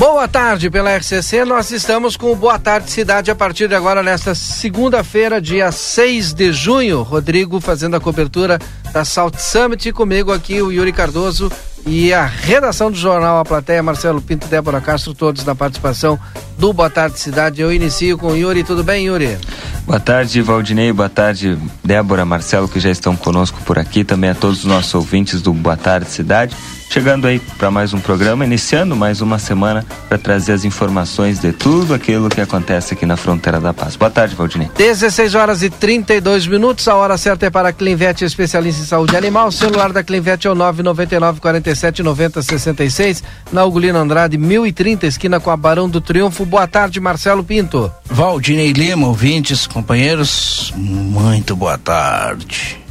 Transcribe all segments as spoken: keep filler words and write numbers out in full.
Boa tarde pela R C C, nós estamos com o Boa Tarde Cidade a partir de agora nesta segunda-feira, dia seis de junho. Rodrigo fazendo a cobertura da Salt Summit e comigo aqui o Yuri Cardoso e a redação do jornal A Plateia, Marcelo Pinto, Débora Castro, todos na participação do Boa Tarde Cidade. Eu inicio com o Yuri, tudo bem, Yuri? Boa tarde, Valdinei, boa tarde, Débora, Marcelo, que já estão conosco por aqui, também a todos os nossos ouvintes do Boa Tarde Cidade. Chegando aí para mais um programa, iniciando mais uma semana para trazer as informações de tudo aquilo que acontece aqui na Fronteira da Paz. Boa tarde, Valdinei. dezesseis horas e trinta e dois minutos, a hora certa é para a Clinvet, especialista em saúde animal. O celular da Clinvet é o nove nove nove, quatro sete, nove zero seis seis, na Ugolino Andrade, mil e trinta, esquina com a Barão do Triunfo. Boa tarde, Marcelo Pinto. Valdinei Lima, ouvintes, companheiros, muito boa tarde.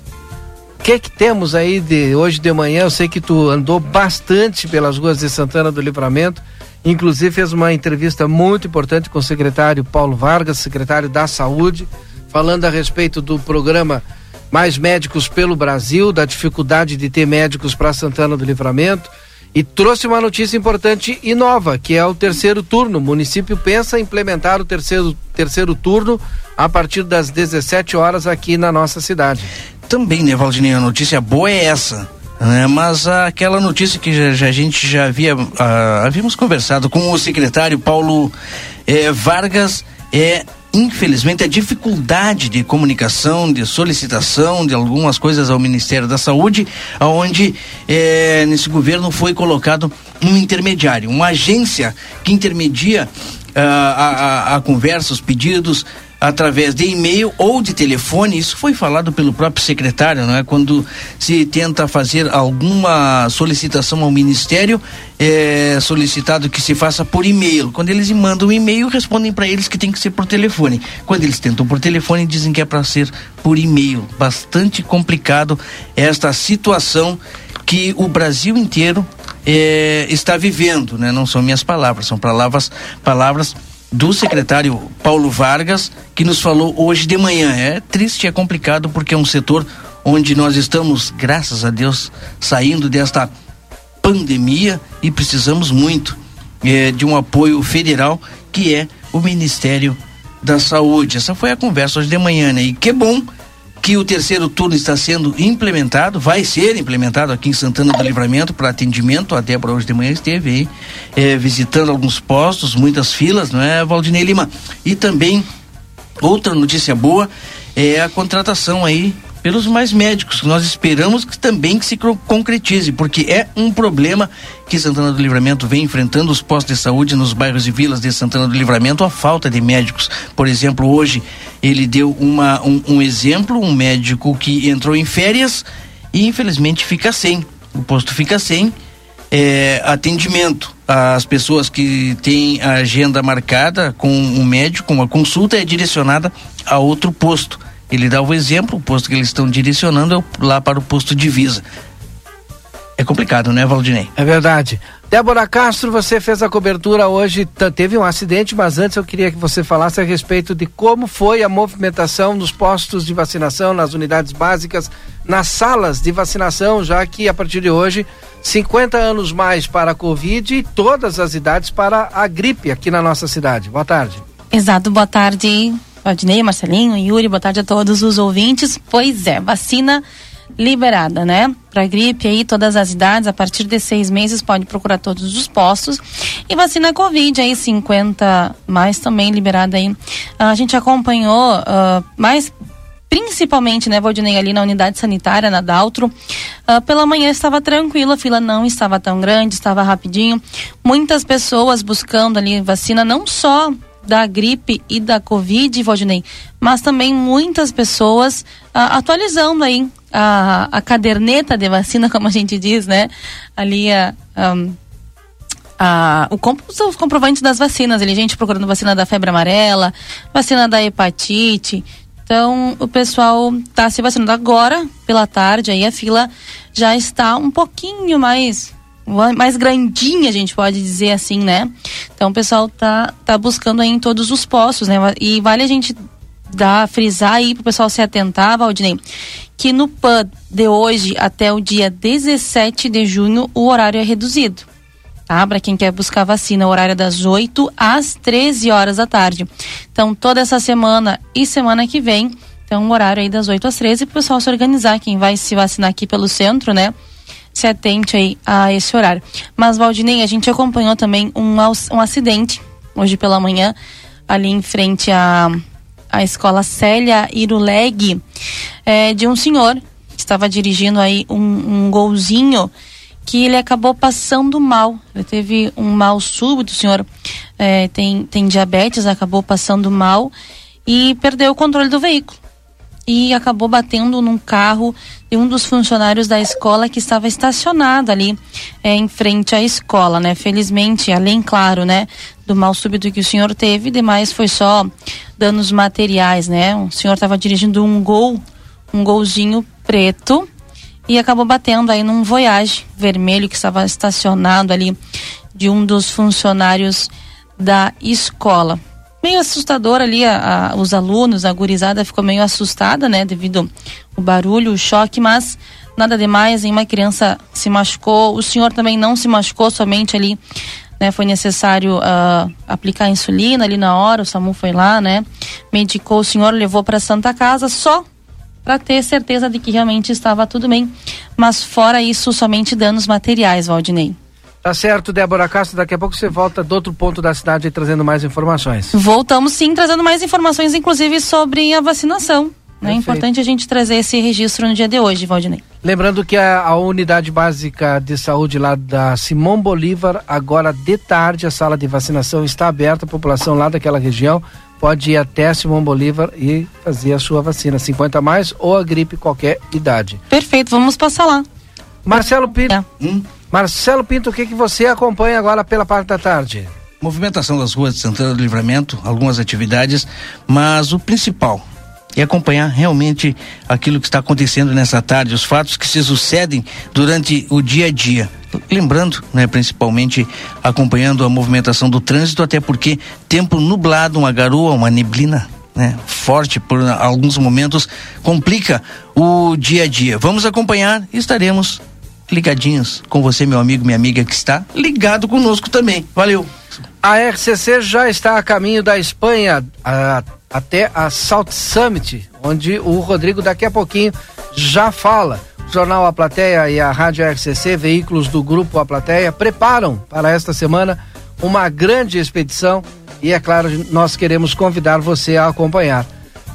O que que temos aí de hoje de manhã? Eu sei que tu andou bastante pelas ruas de Santana do Livramento, inclusive fez uma entrevista muito importante com o secretário Paulo Vargas, secretário da Saúde, falando a respeito do programa Mais Médicos pelo Brasil, da dificuldade de ter médicos para Santana do Livramento, e trouxe uma notícia importante e nova, que é o terceiro turno. O município pensa em implementar o terceiro, terceiro turno a partir das dezessete horas aqui na nossa cidade. Também, né, Valdinei, a notícia boa é essa, né? Mas aquela notícia que já, já, a gente já havia, uh, havíamos conversado com o secretário Paulo eh, Vargas, é infelizmente a dificuldade de comunicação, de solicitação de algumas coisas ao Ministério da Saúde, onde eh, nesse governo foi colocado um intermediário, uma agência que intermedia uh, a, a, a conversa, os pedidos, através de e-mail ou de telefone. Isso foi falado pelo próprio secretário, não é? Quando se tenta fazer alguma solicitação ao Ministério, é solicitado que se faça por e-mail. Quando eles mandam um e-mail, respondem para eles que tem que ser por telefone. Quando eles tentam por telefone, dizem que é para ser por e-mail. Bastante complicado esta situação que o Brasil inteiro é, está vivendo, né? Não são minhas palavras, são palavras, palavras do secretário Paulo Vargas, que nos falou hoje de manhã. É triste, é complicado, porque é um setor onde nós estamos, graças a Deus, saindo desta pandemia e precisamos muito é, de um apoio federal, que é o Ministério da Saúde. Essa foi a conversa hoje de manhã, né? E que bom que o terceiro turno está sendo implementado, vai ser implementado aqui em Santana do Livramento para atendimento. A Débora hoje de manhã esteve aí é, visitando alguns postos, muitas filas, não é, Valdinei Lima? E também outra notícia boa é a contratação aí pelos mais médicos, que nós esperamos que também que se concretize, porque é um problema que Santana do Livramento vem enfrentando, os postos de saúde nos bairros e vilas de Santana do Livramento, a falta de médicos. Por exemplo, hoje ele deu uma, um, um exemplo, um médico que entrou em férias e infelizmente fica sem, o posto fica sem é, atendimento. As pessoas que têm a agenda marcada com um médico, uma consulta, é direcionada a outro posto. Ele dá o exemplo, o posto que eles estão direcionando é lá para o posto Divisa. É complicado, né, Valdinei? É verdade. Débora Castro, você fez a cobertura hoje, t- teve um acidente, mas antes eu queria que você falasse a respeito de como foi a movimentação nos postos de vacinação, nas unidades básicas, nas salas de vacinação, já que a partir de hoje, cinquenta anos mais para a Covid e todas as idades para a gripe aqui na nossa cidade. Boa tarde. Exato, boa tarde, Valdinei, Marcelinho, Yuri, boa tarde a todos os ouvintes. Pois é, vacina liberada, né? Para gripe aí, todas as idades, a partir de seis meses pode procurar todos os postos. E vacina Covid aí, cinquenta mais também liberada aí. A gente acompanhou, uh, mais principalmente, né, Valdinei, ali na unidade sanitária, na Daltro. Uh, pela manhã estava tranquilo, a fila não estava tão grande, estava rapidinho. Muitas pessoas buscando ali vacina, não só da gripe e da Covid, Valdinei, mas também muitas pessoas uh, atualizando aí a, a caderneta de vacina, como a gente diz, né? Ali a, um, a, o comp- os comprovantes das vacinas, ali, gente procurando vacina da febre amarela, vacina da hepatite. Então, o pessoal está se vacinando agora, pela tarde, aí a fila já está um pouquinho mais... mais grandinha, a gente pode dizer assim, né? Então o pessoal tá, tá buscando aí em todos os postos, né? E vale a gente dar, frisar aí pro pessoal se atentar, Valdinei, que no P A D de hoje até o dia dezessete de junho o horário é reduzido, tá? Para quem quer buscar vacina, horário das oito às treze horas da tarde. Então, toda essa semana e semana que vem, então, o horário aí das oito às treze, para o pessoal se organizar, quem vai se vacinar aqui pelo centro, né? Se atente aí a esse horário. Mas, Valdinei, a gente acompanhou também um, um acidente, hoje pela manhã, ali em frente à, à escola Célia Iruleg, é, de um senhor que estava dirigindo aí um, um golzinho, que ele acabou passando mal. Ele teve um mal súbito, o senhor é, tem, tem diabetes, acabou passando mal e perdeu o controle do veículo. E acabou batendo num carro de um dos funcionários da escola que estava estacionado ali é, em frente à escola, né? Felizmente, além, claro, né, do mal súbito que o senhor teve, demais foi só danos materiais, né? O senhor estava dirigindo um Gol, um Golzinho preto, e acabou batendo aí num Voyage vermelho que estava estacionado ali de um dos funcionários da escola. Meio assustador ali, a, a, os alunos, a gurizada ficou meio assustada, né, devido ao barulho, o choque, mas nada demais, nenhuma criança se machucou, o senhor também não se machucou, somente ali, né, foi necessário uh, aplicar insulina ali na hora, o SAMU foi lá, né, medicou o senhor, levou para Santa Casa, só para ter certeza de que realmente estava tudo bem, mas fora isso, somente danos materiais, Valdinei. Tá certo, Débora Castro, daqui a pouco você volta do outro ponto da cidade trazendo mais informações. Voltamos sim, trazendo mais informações, inclusive sobre a vacinação. É importante a gente trazer esse registro no dia de hoje, Valdinei. Lembrando que a, a unidade básica de saúde lá da Simão Bolívar, agora de tarde, a sala de vacinação está aberta, a população lá daquela região pode ir até Simão Bolívar e fazer a sua vacina, cinquenta a mais ou a gripe, qualquer idade. Perfeito, vamos passar lá. Marcelo Pinto, é. hum? Marcelo Pinto, o que, que você acompanha agora pela parte da tarde? Movimentação das ruas de Santana do Livramento, algumas atividades, mas o principal é acompanhar realmente aquilo que está acontecendo nessa tarde, os fatos que se sucedem durante o dia a dia. Lembrando, né, principalmente acompanhando a movimentação do trânsito, até porque tempo nublado, uma garoa, uma neblina, né, forte por alguns momentos, complica o dia a dia. Vamos acompanhar e estaremos ligadinhos com você, meu amigo, minha amiga, que está ligado conosco também. Valeu! A R C C já está a caminho da Espanha, a, até a South Summit, onde o Rodrigo daqui a pouquinho já fala. O jornal A Plateia e a Rádio R C C, veículos do Grupo A Plateia, preparam para esta semana uma grande expedição e, é claro, nós queremos convidar você a acompanhar.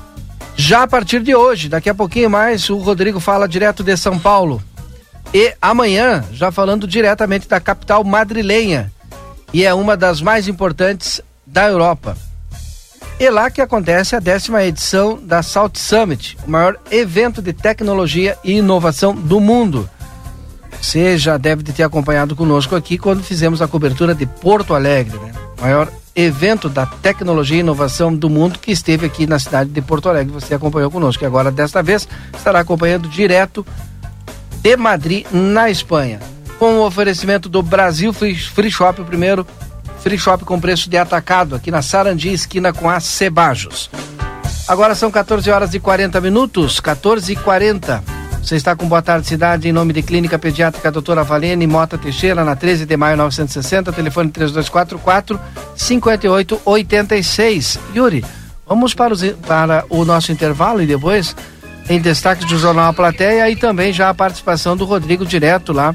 Já a partir de hoje, daqui a pouquinho mais, o Rodrigo fala direto de São Paulo. E amanhã, já falando diretamente da capital madrilenha, e é uma das mais importantes da Europa. E lá que acontece a décima edição da South Summit, o maior evento de tecnologia e inovação do mundo. Você já deve ter acompanhado conosco aqui quando fizemos a cobertura de Porto Alegre, né? O maior evento da tecnologia e inovação do mundo que esteve aqui na cidade de Porto Alegre. Você acompanhou conosco e agora, desta vez, estará acompanhando direto de Madrid, na Espanha, com o oferecimento do Brasil Free, Free Shop, o primeiro free shop com preço de atacado, aqui na Sarandi, esquina com a Cebajos. Agora são quatorze horas e quarenta minutos, quatorze e quarenta. Você está com Boa Tarde Cidade, em nome de Clínica Pediátrica Doutora Valene Mota Teixeira, na treze de maio novecentos e sessenta, telefone três dois quatro quatro, cinco oito oito seis. Yuri, vamos para, os, para o nosso intervalo e depois em destaque do Jornal A Plateia e também já a participação do Rodrigo direto lá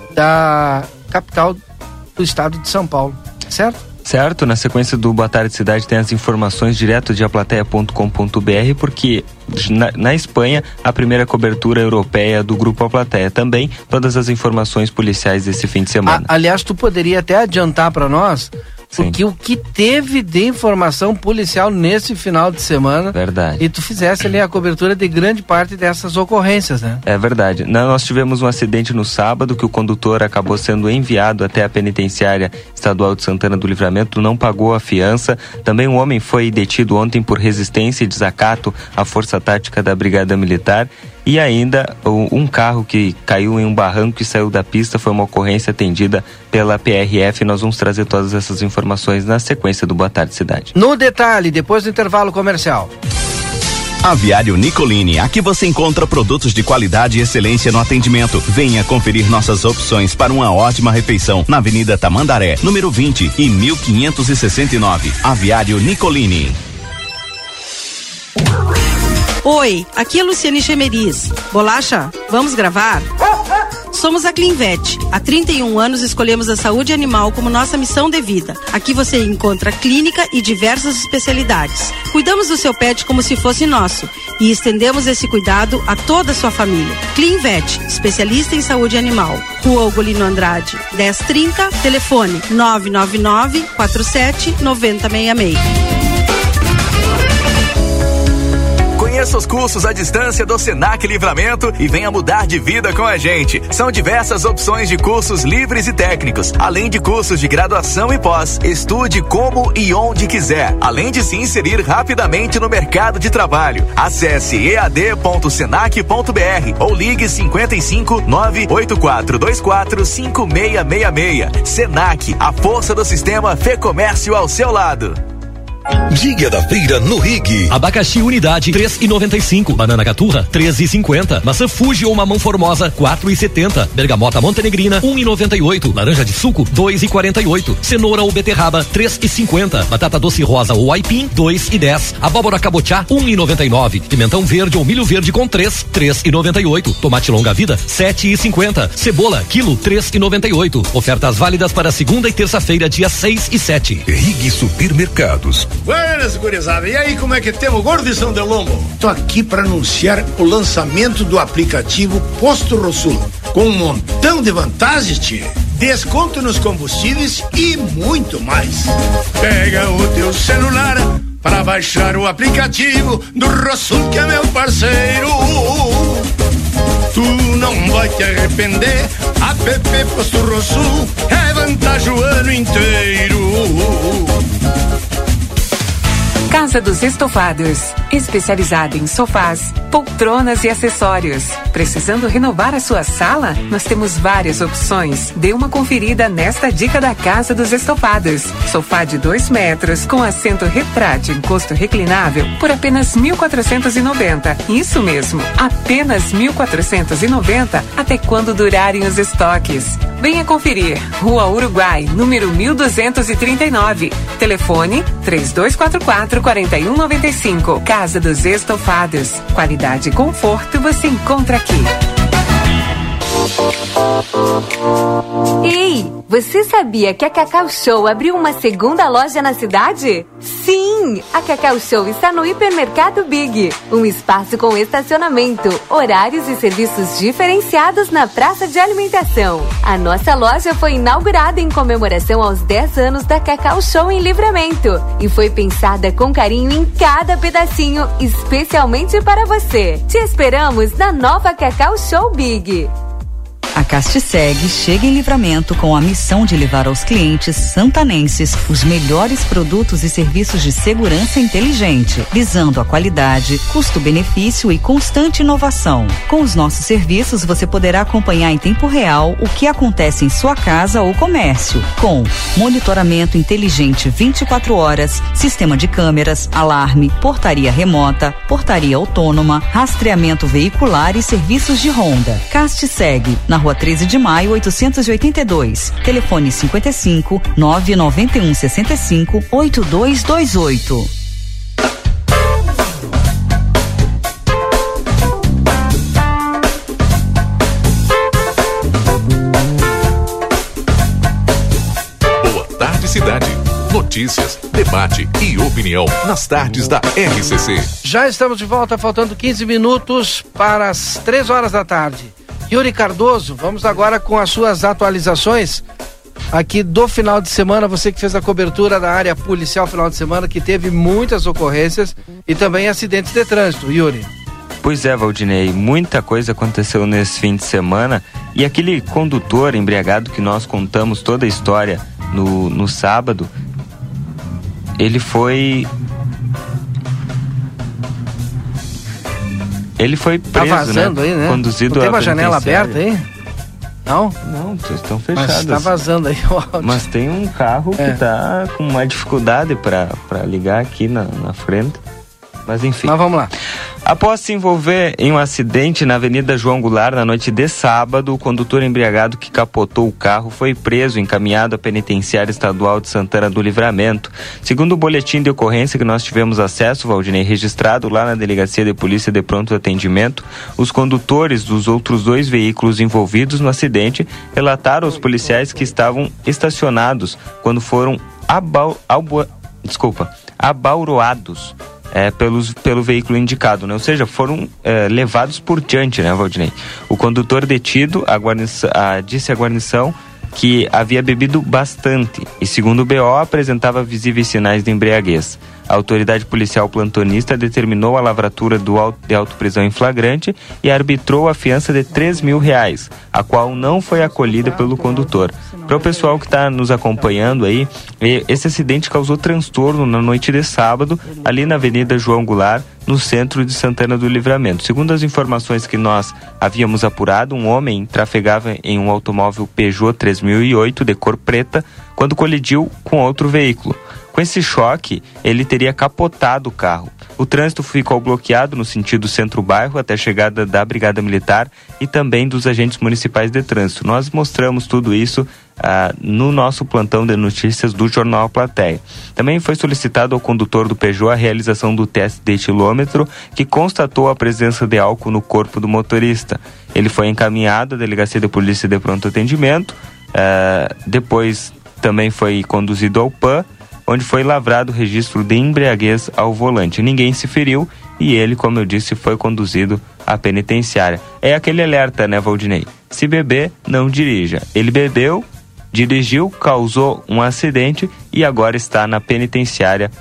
da capital do estado de São Paulo, certo? Certo, na sequência do Boa Tarde Cidade tem as informações direto de aplateia ponto com ponto br, porque na, na Espanha a primeira cobertura europeia do Grupo A Plateia, também todas as informações policiais desse fim de semana. A, aliás, tu poderia até adiantar para nós, porque o que teve de informação policial nesse final de semana. Verdade. E tu fizesse ali a cobertura de grande parte dessas ocorrências, né? É verdade. Nós tivemos um acidente no sábado que o condutor acabou sendo enviado até a penitenciária estadual de Santana do Livramento, não pagou a fiança. Também um homem foi detido ontem por resistência e desacato à força tática da Brigada Militar. E ainda um carro que caiu em um barranco e saiu da pista, foi uma ocorrência atendida pela P R F. Nós vamos trazer todas essas informações na sequência do Boa Tarde Cidade. No detalhe, depois do intervalo comercial. Aviário Nicolini, aqui você encontra produtos de qualidade e excelência no atendimento. Venha conferir nossas opções para uma ótima refeição na Avenida Tamandaré, número vinte e mil quinhentos e sessenta e nove. Aviário Nicolini. Oi, aqui é Luciane Chemeris. Bolacha, vamos gravar? Somos a Clinvet. Há trinta e um anos escolhemos a saúde animal como nossa missão de vida. Aqui você encontra clínica e diversas especialidades. Cuidamos do seu pet como se fosse nosso e estendemos esse cuidado a toda a sua família. Clinvet, especialista em saúde animal. Rua Ugolino Andrade, dez trinta, telefone nove nove nove, quatro sete, nove zero seis seis. Conheça os cursos à distância do Senac Livramento e venha mudar de vida com a gente. São diversas opções de cursos livres e técnicos, além de cursos de graduação e pós. Estude como e onde quiser, além de se inserir rapidamente no mercado de trabalho. Acesse e a d ponto senac ponto b r ou ligue cinquenta e cinco, nove oito quatro dois quatro, cinco seis seis seis. Senac, a força do sistema Fê Comércio ao seu lado. Dia da feira no Rig. Abacaxi unidade três e noventa e cinco, banana caturra três e cinquenta, maçã Fuji ou mamão formosa quatro e setenta, bergamota montenegrina um e noventa e oito, laranja de suco dois e quarenta e oito, cenoura ou beterraba três e cinquenta, batata doce rosa ou aipim dois e dez, abóbora cabotiá um e noventa e nove, pimentão verde ou milho verde com três, três e noventa e oito, tomate longa vida sete e cinquenta, cebola quilo três e noventa e oito. Ofertas válidas para segunda e terça-feira dia seis e sete. Rig Supermercados. Buenas, gurizada. E aí, como é que temos, gordo de São Delombo? Tô aqui para anunciar o lançamento do aplicativo Posto Rosul, com um montão de vantagens, tchê. Desconto nos combustíveis e muito mais. Pega o teu celular para baixar o aplicativo do Rosul, que é meu parceiro. Tu não vai te arrepender. App Posto Rosul é vantagem o ano inteiro. Casa dos Estofados, especializada em sofás, poltronas e acessórios. Precisando renovar a sua sala? Nós temos várias opções. Dê uma conferida nesta dica da Casa dos Estofados. Sofá de dois metros com assento retrátil encosto reclinável por apenas mil quatrocentos e noventa. Isso mesmo, apenas mil quatrocentos e noventa até quando durarem os estoques. Venha conferir. Rua Uruguai, número mil duzentos e trinta e nove. Telefone três dois quatro quatro, quatro um nove cinco. Casa dos Estofados. Qualidade e conforto você encontra aqui. Ei, você sabia que a Cacau Show abriu uma segunda loja na cidade? Sim, a Cacau Show está no Hipermercado Big, um espaço com estacionamento, horários e serviços diferenciados na praça de alimentação. A nossa loja foi inaugurada em comemoração aos dez anos da Cacau Show em Livramento e foi pensada com carinho em cada pedacinho, especialmente para você. Te esperamos na nova Cacau Show Big. A Castiseg chega em Livramento com a missão de levar aos clientes santanenses os melhores produtos e serviços de segurança inteligente, visando a qualidade, custo-benefício e constante inovação. Com os nossos serviços, você poderá acompanhar em tempo real o que acontece em sua casa ou comércio, com monitoramento inteligente vinte e quatro horas, sistema de câmeras, alarme, portaria remota, portaria autônoma, rastreamento veicular e serviços de ronda. Castiseg, na Rua treze de maio, oitocentos e oitenta e dois. Telefone cinquenta e cinco, nove nove um, sessenta e cinco, oito dois dois oito. Boa tarde, cidade. Notícias, debate e opinião nas tardes da R C C. Já estamos de volta, faltando quinze minutos para as três horas da tarde. Yuri Cardoso, vamos agora com as suas atualizações aqui do final de semana. Você que fez a cobertura da área policial final de semana, que teve muitas ocorrências e também acidentes de trânsito, Yuri. Pois é, Valdinei, muita coisa aconteceu nesse fim de semana e aquele condutor embriagado que nós contamos toda a história no, no sábado, ele foi... Ele foi preso, tá vazando, né? Aí, né? Conduzido. Não tem uma janela aberta aí? Não? Não, estão fechadas. Mas tá vazando aí o áudio. Mas tem um carro é. que tá com uma dificuldade para ligar aqui na, na frente. Mas enfim. Mas vamos lá. Após se envolver em um acidente na Avenida João Goulart na noite de sábado, o condutor embriagado que capotou o carro foi preso e encaminhado à Penitenciária Estadual de Santana do Livramento. Segundo o boletim de ocorrência que nós tivemos acesso, Valdinei, registrado lá na Delegacia de Polícia de Pronto Atendimento, os condutores dos outros dois veículos envolvidos no acidente relataram aos policiais que estavam estacionados quando foram abau, albo, desculpa, abauroados É, pelos, pelo veículo indicado, né? Ou seja, foram é, levados por diante, né, Valdinei? O condutor detido a guarnição, a, disse à guarnição que havia bebido bastante e, segundo o B O, apresentava visíveis sinais de embriaguez. A autoridade policial plantonista determinou a lavratura do auto, de autoprisão em flagrante e arbitrou a fiança de três mil reais, a qual não foi acolhida pelo condutor. Para o pessoal que está nos acompanhando aí, esse acidente causou transtorno na noite de sábado, ali na Avenida João Goulart, no centro de Santana do Livramento. Segundo as informações que nós havíamos apurado, um homem trafegava em um automóvel Peugeot três mil e oito de cor preta quando colidiu com outro veículo. Com esse choque, ele teria capotado o carro. O trânsito ficou bloqueado no sentido centro-bairro até a chegada da Brigada Militar e também dos agentes municipais de trânsito. Nós mostramos tudo isso ah, no nosso plantão de notícias do Jornal Plateia. Também foi solicitado ao condutor do Peugeot a realização do teste de etilômetro, que constatou a presença de álcool no corpo do motorista. Ele foi encaminhado à Delegacia de Polícia de Pronto Atendimento, ah, depois também foi conduzido ao P A M, onde foi lavrado o registro de embriaguez ao volante. Ninguém se feriu e ele, como eu disse, foi conduzido à penitenciária. É aquele alerta, né, Valdinei? Se beber, não dirija. Ele bebeu, dirigiu, causou um acidente e agora está na penitenciária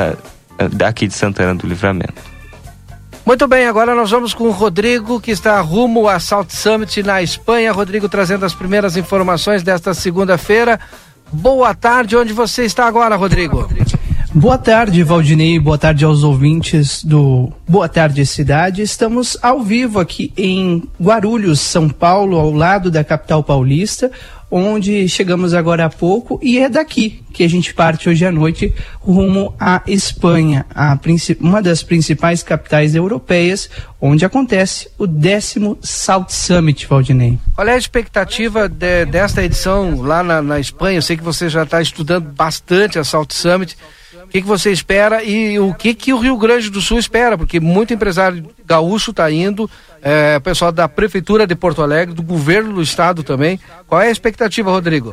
uh, daqui de Santana do Livramento. Muito bem, agora nós vamos com o Rodrigo, que está rumo à Salt Summit na Espanha. Rodrigo trazendo as primeiras informações desta segunda-feira. Boa tarde, onde você está agora, Rodrigo? Boa tarde, Valdinei, boa tarde aos ouvintes do Boa Tarde Cidade. Estamos ao vivo aqui em Guarulhos, São Paulo, ao lado da capital paulista, onde chegamos agora há pouco, e é daqui que a gente parte hoje à noite rumo à Espanha, a uma das principais capitais europeias, onde acontece o décimo Salt Summit, Valdinei. Qual é a expectativa de, desta edição lá na, na Espanha? Eu sei que você já está estudando bastante a Salt Summit. O que, que você espera e o que, que o Rio Grande do Sul espera? Porque muito empresário gaúcho está indo, é, o pessoal da Prefeitura de Porto Alegre, do governo do estado também. Qual é a expectativa, Rodrigo?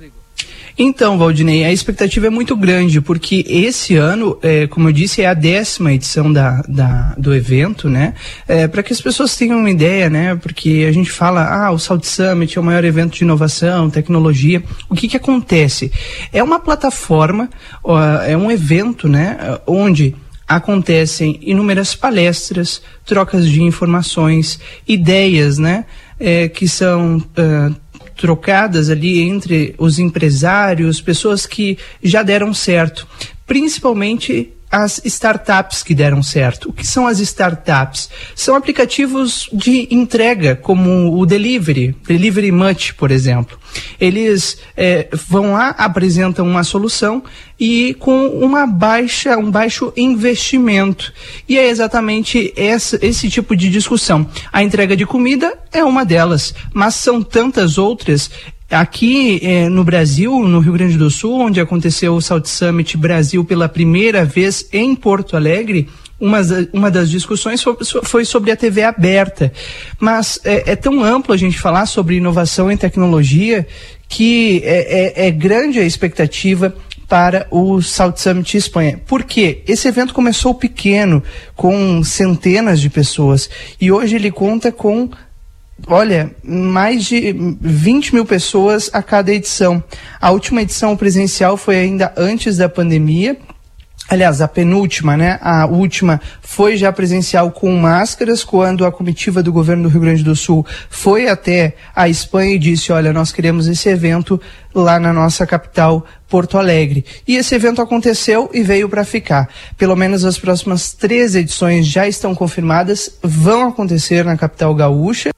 Então, Valdinei, a expectativa é muito grande, porque esse ano, é, como eu disse, é a décima edição da, da, do evento, né? É, para que as pessoas tenham uma ideia, né? Porque a gente fala, ah, o Salt Summit é o maior evento de inovação, tecnologia. O que que acontece? É uma plataforma, ó, é um evento, né? Onde acontecem inúmeras palestras, trocas de informações, ideias, né? É, que são uh, trocadas ali entre os empresários, pessoas que já deram certo, principalmente as startups que deram certo. O que são as startups? São aplicativos de entrega, como o Delivery, Delivery Much, por exemplo. Eles é, vão lá, apresentam uma solução e com uma baixa, um baixo investimento. E é exatamente essa, esse tipo de discussão. A entrega de comida é uma delas, mas são tantas outras. Aqui eh, no Brasil, no Rio Grande do Sul, onde aconteceu o Salt Summit Brasil pela primeira vez em Porto Alegre, uma, uma das discussões foi, foi sobre a T V aberta. Mas é, é tão amplo a gente falar sobre inovação em tecnologia que é, é, é grande a expectativa para o Salt Summit Espanha. Por quê? Esse evento começou pequeno, com centenas de pessoas, e hoje ele conta com, olha, mais de vinte mil pessoas a cada edição. A última edição presencial foi ainda antes da pandemia. Aliás, a penúltima, né? A última foi já presencial com máscaras, quando a comitiva do governo do Rio Grande do Sul foi até a Espanha e disse, olha, nós queremos esse evento lá na nossa capital, Porto Alegre. E esse evento aconteceu e veio para ficar. Pelo menos as próximas três edições já estão confirmadas, vão acontecer na capital gaúcha.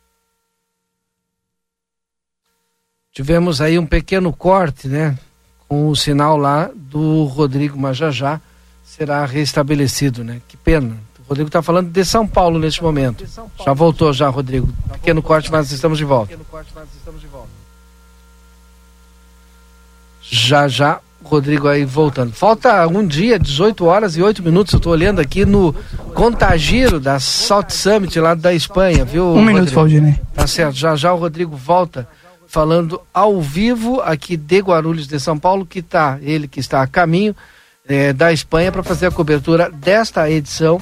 Tivemos aí um pequeno corte, né? Com o sinal lá do Rodrigo, mas já já será restabelecido, né? Que pena. O Rodrigo está falando de São Paulo neste momento. Já voltou já, Rodrigo. Pequeno corte, mas estamos de volta. Já, já, Rodrigo aí voltando. Falta um dia, dezoito horas e oito minutos. Eu estou olhando aqui no Contagiro da Salt Summit lá da Espanha, viu? Um Rodrigo? Minuto, Valdinei. Tá certo. Já, já o Rodrigo volta falando ao vivo aqui de Guarulhos, de São Paulo, que tá, ele que está a caminho é, da Espanha para fazer a cobertura desta edição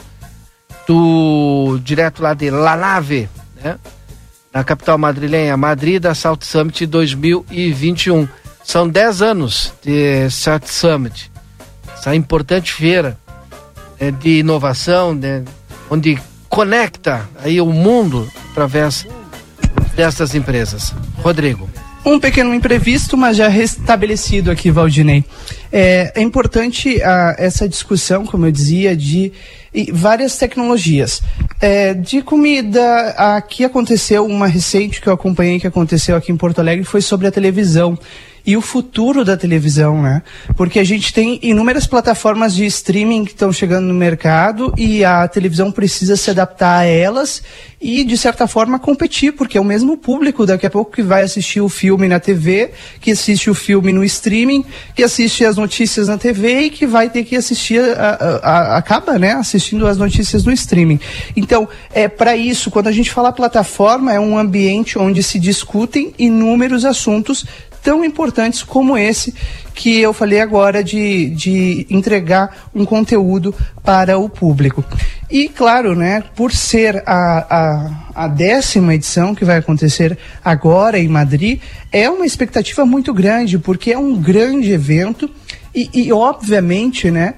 do direto lá de La Nave, né? Na capital madrilenha, Madrid, da Salt Summit dois mil e vinte e um. São dez anos de Salt Summit, essa importante feira é, de inovação, né, onde conecta aí o mundo através dessas empresas. Rodrigo. Um pequeno imprevisto, mas já restabelecido aqui, Valdinei. É, é importante a, essa discussão, como eu dizia, de e, várias tecnologias. É, de comida, aqui aconteceu uma recente que eu acompanhei, que aconteceu aqui em Porto Alegre, foi sobre a televisão. E o futuro da televisão, né? Porque a gente tem inúmeras plataformas de streaming que estão chegando no mercado e a televisão precisa se adaptar a elas e, de certa forma, competir, porque é o mesmo público daqui a pouco que vai assistir o filme na T V, que assiste o filme no streaming, que assiste as notícias na T V e que vai ter que assistir, a, a, a, acaba, né? Assistindo as notícias no streaming. Então, é para isso, quando a gente fala plataforma, é um ambiente onde se discutem inúmeros assuntos tão importantes como esse que eu falei agora de, de entregar um conteúdo para o público. E claro, né, por ser a, a, a décima edição que vai acontecer agora em Madrid, é uma expectativa muito grande, porque é um grande evento e, e obviamente, né,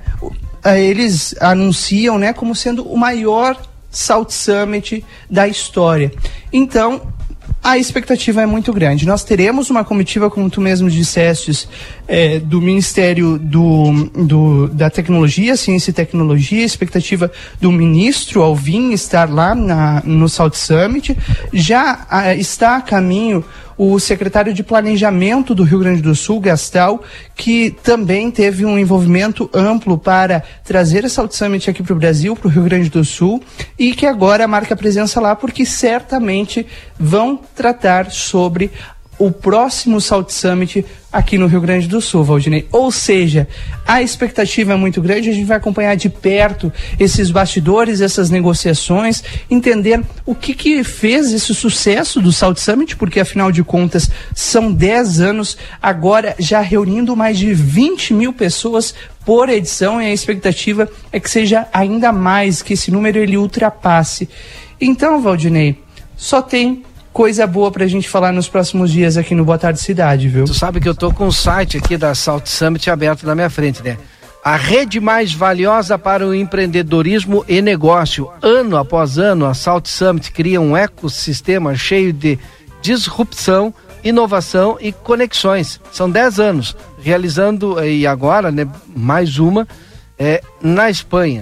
eles anunciam, né, como sendo o maior Salt Summit da história. Então, a expectativa é muito grande. Nós teremos uma comitiva, como tu mesmo disseste, é, do Ministério do, do, da Tecnologia, Ciência e Tecnologia, expectativa do ministro Alvim estar lá na, no Salt Summit. Já a, está a caminho o secretário de Planejamento do Rio Grande do Sul, Gastal, que também teve um envolvimento amplo para trazer a Salt Summit aqui para o Brasil, para o Rio Grande do Sul, e que agora marca presença lá porque certamente vão tratar sobre o próximo Salt Summit aqui no Rio Grande do Sul, Valdinei. Ou seja, a expectativa é muito grande, a gente vai acompanhar de perto esses bastidores, essas negociações, entender o que que fez esse sucesso do Salt Summit, porque afinal de contas são dez anos, agora já reunindo mais de vinte mil pessoas por edição, e a expectativa é que seja ainda mais, que esse número ele ultrapasse. Então, Valdinei, só tem coisa boa pra gente falar nos próximos dias aqui no Boa Tarde Cidade, viu? Tu sabe que eu tô com o site aqui da Salt Summit aberto na minha frente, né? A rede mais valiosa para o empreendedorismo e negócio. Ano após ano, a Salt Summit cria um ecossistema cheio de disrupção, inovação e conexões. São dez anos, realizando, e agora, né, mais uma, é, na Espanha.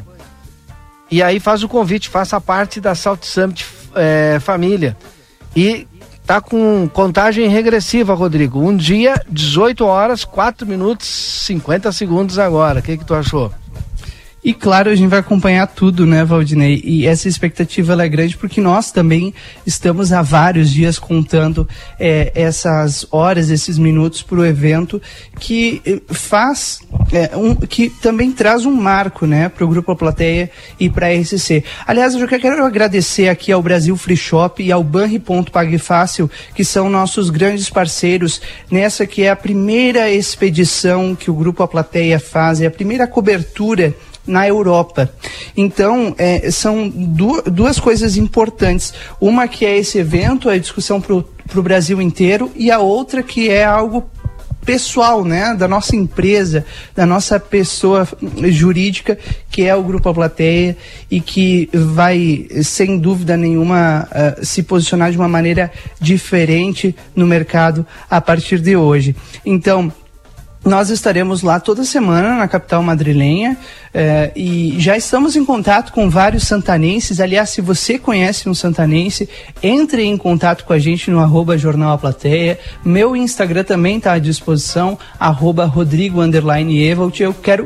E aí faz o convite, faça parte da Salt Summit é, família. E tá com contagem regressiva, Rodrigo. Um dia, dezoito horas, quatro minutos, cinquenta segundos agora. O que que tu achou? E claro, a gente vai acompanhar tudo, né, Valdinei? E essa expectativa ela é grande porque nós também estamos há vários dias contando é, essas horas, esses minutos para o evento que faz, é, um, que também traz um marco, né, para o Grupo Plateia e para a R C C. Aliás, eu quero agradecer aqui ao Brasil Free Shop e ao Banri Ponto Pague Fácil, que são nossos grandes parceiros nessa que é a primeira expedição que o Grupo A Plateia faz, é a primeira cobertura na Europa. Então, é, são du duas coisas importantes. Uma que é esse evento, a discussão para o Brasil inteiro, e a outra que é algo pessoal, né, da nossa empresa, da nossa pessoa jurídica, que é o Grupo A Plateia, e que vai, sem dúvida nenhuma, uh, se posicionar de uma maneira diferente no mercado a partir de hoje. Então, nós estaremos lá toda semana na capital madrilenha eh, e já estamos em contato com vários santanenses. Aliás, se você conhece um santanense, entre em contato com a gente no arroba Jornal A Plateia. Meu Instagram também está à disposição, arroba Rodrigo underline Evalt. Eu quero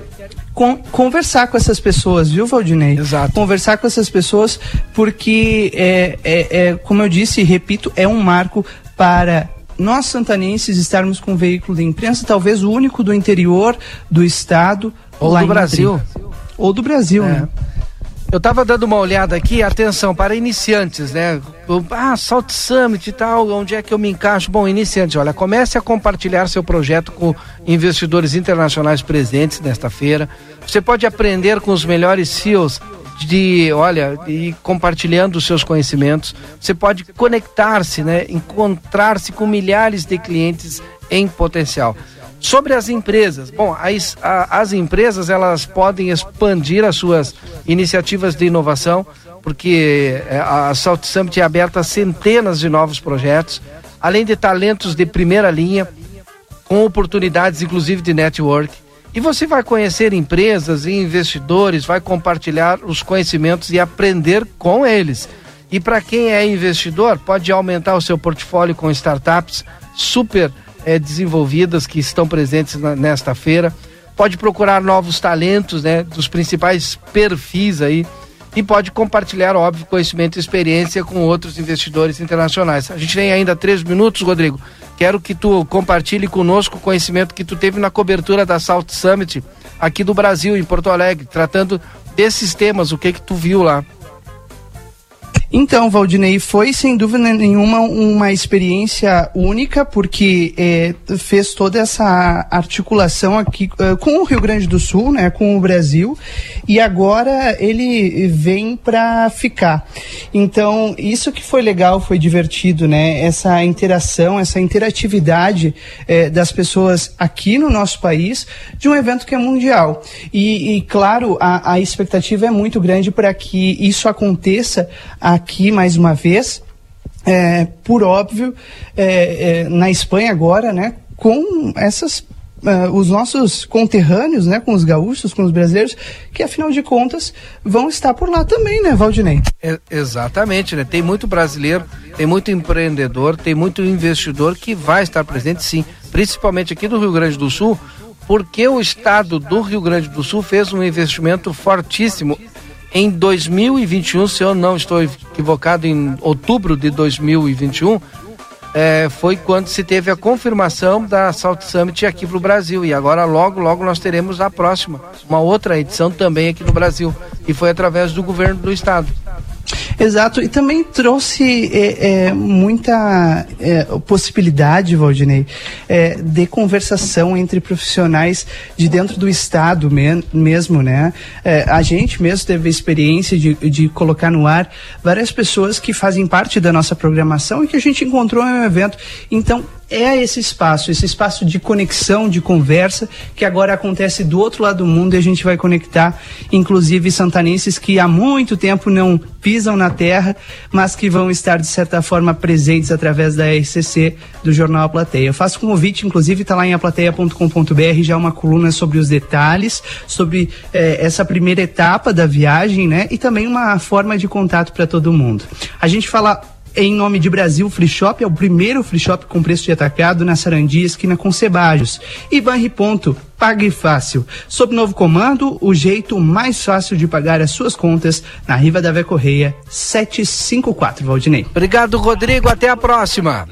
Con- conversar com essas pessoas, viu, Valdinei? Exato. Conversar com essas pessoas, porque, é, é, é, como eu disse e repito, é um marco para nós santanenses estarmos com um veículo de imprensa, talvez o único do interior do estado. Ou do Brasil. Madrid. Ou do Brasil, é. né? Eu estava dando uma olhada aqui, atenção, para iniciantes, né? Ah, Salt Summit e tal, onde é que eu me encaixo? Bom, iniciantes, olha, comece a compartilhar seu projeto com investidores internacionais presentes nesta feira. Você pode aprender com os melhores C E Os de, olha, e compartilhando os seus conhecimentos. Você pode conectar-se, né? Encontrar-se com milhares de clientes em potencial. Sobre as empresas, bom, as, a, as empresas elas podem expandir as suas iniciativas de inovação, porque a Salt Summit é aberta a centenas de novos projetos, além de talentos de primeira linha, com oportunidades inclusive de network. E você vai conhecer empresas e investidores, vai compartilhar os conhecimentos e aprender com eles. E para quem é investidor, pode aumentar o seu portfólio com startups super É, desenvolvidas que estão presentes na, nesta feira. Pode procurar novos talentos, né, dos principais perfis aí, e pode compartilhar, óbvio, conhecimento e experiência com outros investidores internacionais. A gente tem ainda três minutos, Rodrigo. Quero que tu compartilhe conosco o conhecimento que tu teve na cobertura da Salt Summit aqui do Brasil, em Porto Alegre, tratando desses temas. O que que tu viu lá? Então, Valdinei, foi sem dúvida nenhuma uma experiência única, porque é, fez toda essa articulação aqui uh, com o Rio Grande do Sul, né, com o Brasil, e agora ele vem para ficar. Então, isso que foi legal, foi divertido, né, essa interação, essa interatividade eh, das pessoas aqui no nosso país, de um evento que é mundial. E, e claro, a, a expectativa é muito grande para que isso aconteça a aqui mais uma vez, é, por óbvio, é, é, na Espanha agora, né, com essas, uh, os nossos conterrâneos, né, com os gaúchos, com os brasileiros, que afinal de contas vão estar por lá também, né, Valdinei? É, exatamente, né, tem muito brasileiro, tem muito empreendedor, tem muito investidor que vai estar presente, sim, principalmente aqui do Rio Grande do Sul, porque o estado do Rio Grande do Sul fez um investimento fortíssimo. Em dois mil e vinte e um, se eu não estou equivocado, em outubro de dois mil e vinte e um, é, foi quando se teve a confirmação da Salt Summit aqui para o Brasil. E agora logo, logo nós teremos a próxima, uma outra edição também aqui no Brasil. E foi através do governo do estado. Exato, e também trouxe é, é, muita é, possibilidade, Valdinei, é, de conversação entre profissionais de dentro do estado me- mesmo, né? É, a gente mesmo teve a experiência de, de colocar no ar várias pessoas que fazem parte da nossa programação e que a gente encontrou em um evento. Então, é esse espaço, esse espaço de conexão, de conversa, que agora acontece do outro lado do mundo, e a gente vai conectar, inclusive, santanenses que há muito tempo não pisam na terra, mas que vão estar, de certa forma, presentes através da R C C, do Jornal A Plateia. Eu faço um convite, inclusive, está lá em aplateia ponto com ponto b r, já uma coluna sobre os detalhes, sobre eh, essa primeira etapa da viagem, né? E também uma forma de contato para todo mundo. A gente fala em nome de Brasil Free Shop, é o primeiro free shop com preço de atacado na Sarandi, esquina com Cebajos. E Banri Ponto, pague fácil. Sob novo comando, o jeito mais fácil de pagar as suas contas na Riva da Vé Correia, setecentos e cinquenta e quatro, Valdinei. Obrigado, Rodrigo, até a próxima.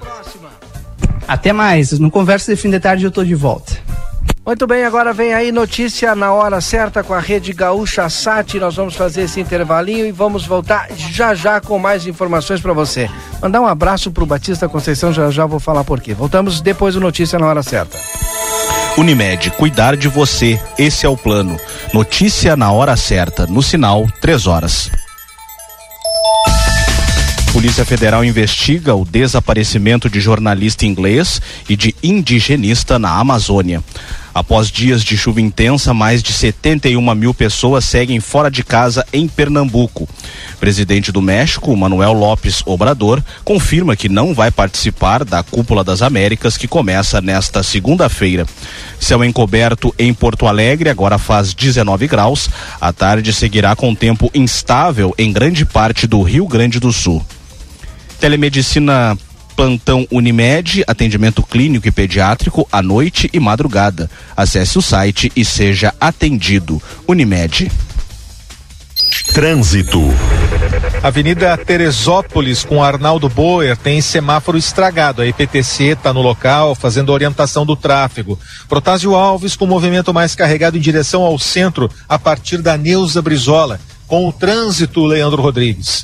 Até mais, no Conversa de Fim de Tarde eu tô de volta. Muito bem, agora vem aí notícia na hora certa com a Rede Gaúcha Sat. Nós vamos fazer esse intervalinho e vamos voltar já já com mais informações para você. Mandar um abraço pro Batista Conceição, já já vou falar por quê. Voltamos depois do Notícia na Hora Certa. Unimed, cuidar de você, esse é o plano. Notícia na hora certa, no sinal, três horas. Polícia Federal investiga o desaparecimento de jornalista inglês e de indigenista na Amazônia. Após dias de chuva intensa, mais de setenta e uma mil pessoas seguem fora de casa em Pernambuco. Presidente do México, Manuel López Obrador, confirma que não vai participar da Cúpula das Américas, que começa nesta segunda-feira. Céu encoberto em Porto Alegre, agora faz dezenove graus. À tarde seguirá com tempo instável em grande parte do Rio Grande do Sul. Telemedicina Plantão Unimed, atendimento clínico e pediátrico à noite e madrugada. Acesse o site e seja atendido. Unimed. Trânsito. Avenida Teresópolis com Arnaldo Boer tem semáforo estragado. A E P T C está no local fazendo a orientação do tráfego. Protásio Alves com movimento mais carregado em direção ao centro a partir da Neuza Brizola. Com o trânsito, Leandro Rodrigues.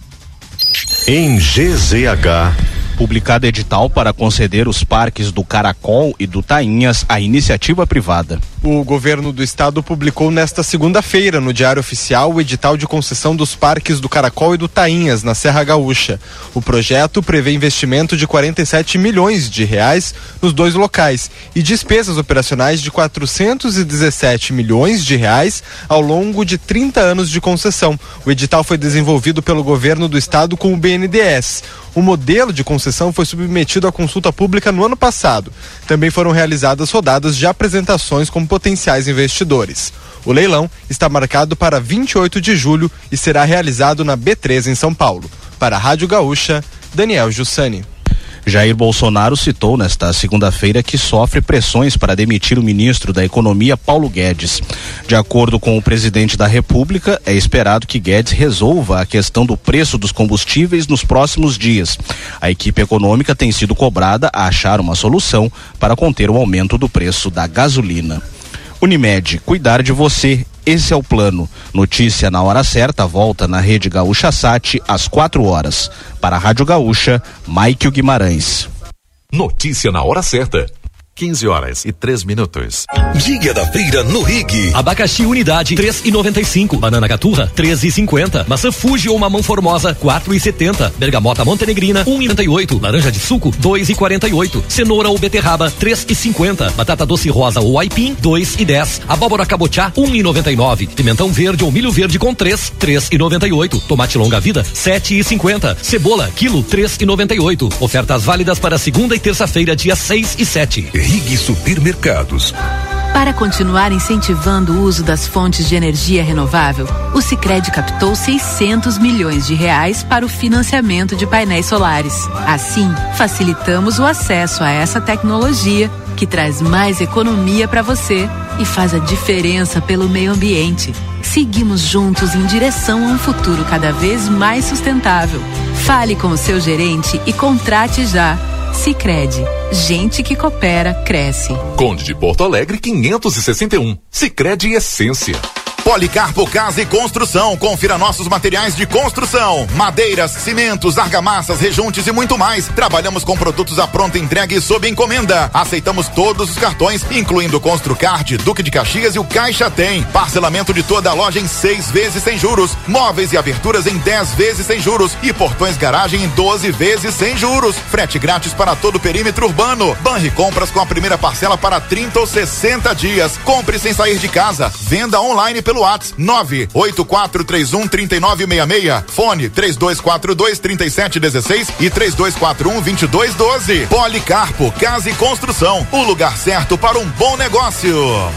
Em G Z H. Publicado edital para conceder os parques do Caracol e do Tainhas à iniciativa privada. O governo do estado publicou nesta segunda-feira no Diário Oficial o edital de concessão dos parques do Caracol e do Tainhas, na Serra Gaúcha. O projeto prevê investimento de quarenta e sete milhões de reais nos dois locais e despesas operacionais de quatrocentos e dezessete milhões de reais ao longo de trinta anos de concessão. O edital foi desenvolvido pelo governo do estado com o B N D E S. O modelo de concessão foi submetido à consulta pública no ano passado. Também foram realizadas rodadas de apresentações com potenciais investidores. O leilão está marcado para vinte e oito de julho e será realizado na B três em São Paulo. Para a Rádio Gaúcha, Daniel Jussani. Jair Bolsonaro citou nesta segunda-feira que sofre pressões para demitir o ministro da Economia, Paulo Guedes. De acordo com o presidente da República, é esperado que Guedes resolva a questão do preço dos combustíveis nos próximos dias. A equipe econômica tem sido cobrada a achar uma solução para conter o aumento do preço da gasolina. Unimed, cuidar de você. Esse é o plano. Notícia na hora certa, volta na Rede Gaúcha Sat às quatro horas. Para a Rádio Gaúcha, Maikio Guimarães. Notícia na hora certa. quinze horas e três minutos. Dia da feira no Rig. Abacaxi unidade três e noventa e cinco. Banana caturra três e cinquenta. Maçã Fuji ou mamão formosa quatro e setenta. Bergamota montenegrina um e noventa e oito. Laranja de suco dois e quarenta e oito. Cenoura ou beterraba três e cinquenta. Batata doce rosa ou aipim dois e dez. Abóbora cabotiá um e noventa e nove. Pimentão verde ou milho verde com três três e noventa e oito. Tomate longa vida sete e cinquenta. Cebola quilo três e noventa e oito. Ofertas válidas para segunda e terça-feira dia seis e sete. Rig Supermercados. Para continuar incentivando o uso das fontes de energia renovável, o Sicredi captou seiscentos milhões de reais para o financiamento de painéis solares. Assim, facilitamos o acesso a essa tecnologia que traz mais economia para você e faz a diferença pelo meio ambiente. Seguimos juntos em direção a um futuro cada vez mais sustentável. Fale com o seu gerente e contrate já. Sicredi, gente que coopera, cresce. Conde de Porto Alegre quinhentos e sessenta e um. Sicredi Essência. Policarpo Casa e Construção. Confira nossos materiais de construção: madeiras, cimentos, argamassas, rejuntes e muito mais. Trabalhamos com produtos à pronta entrega e sob encomenda. Aceitamos todos os cartões, incluindo o Construcard, Duque de Caxias e o Caixa Tem. Parcelamento de toda a loja em seis vezes sem juros. Móveis e aberturas em dez vezes sem juros. E portões garagem em doze vezes sem juros. Frete grátis para todo o perímetro urbano. Banri Compras com a primeira parcela para trinta ou sessenta dias. Compre sem sair de casa. Venda online pelo pelo WhatsApp nove oito quatro três um três nove seis seis, fone três dois quatro dois três sete um seis e três dois quatro um dois dois um dois. Policarpo Casa e Construção, o lugar certo para um bom negócio.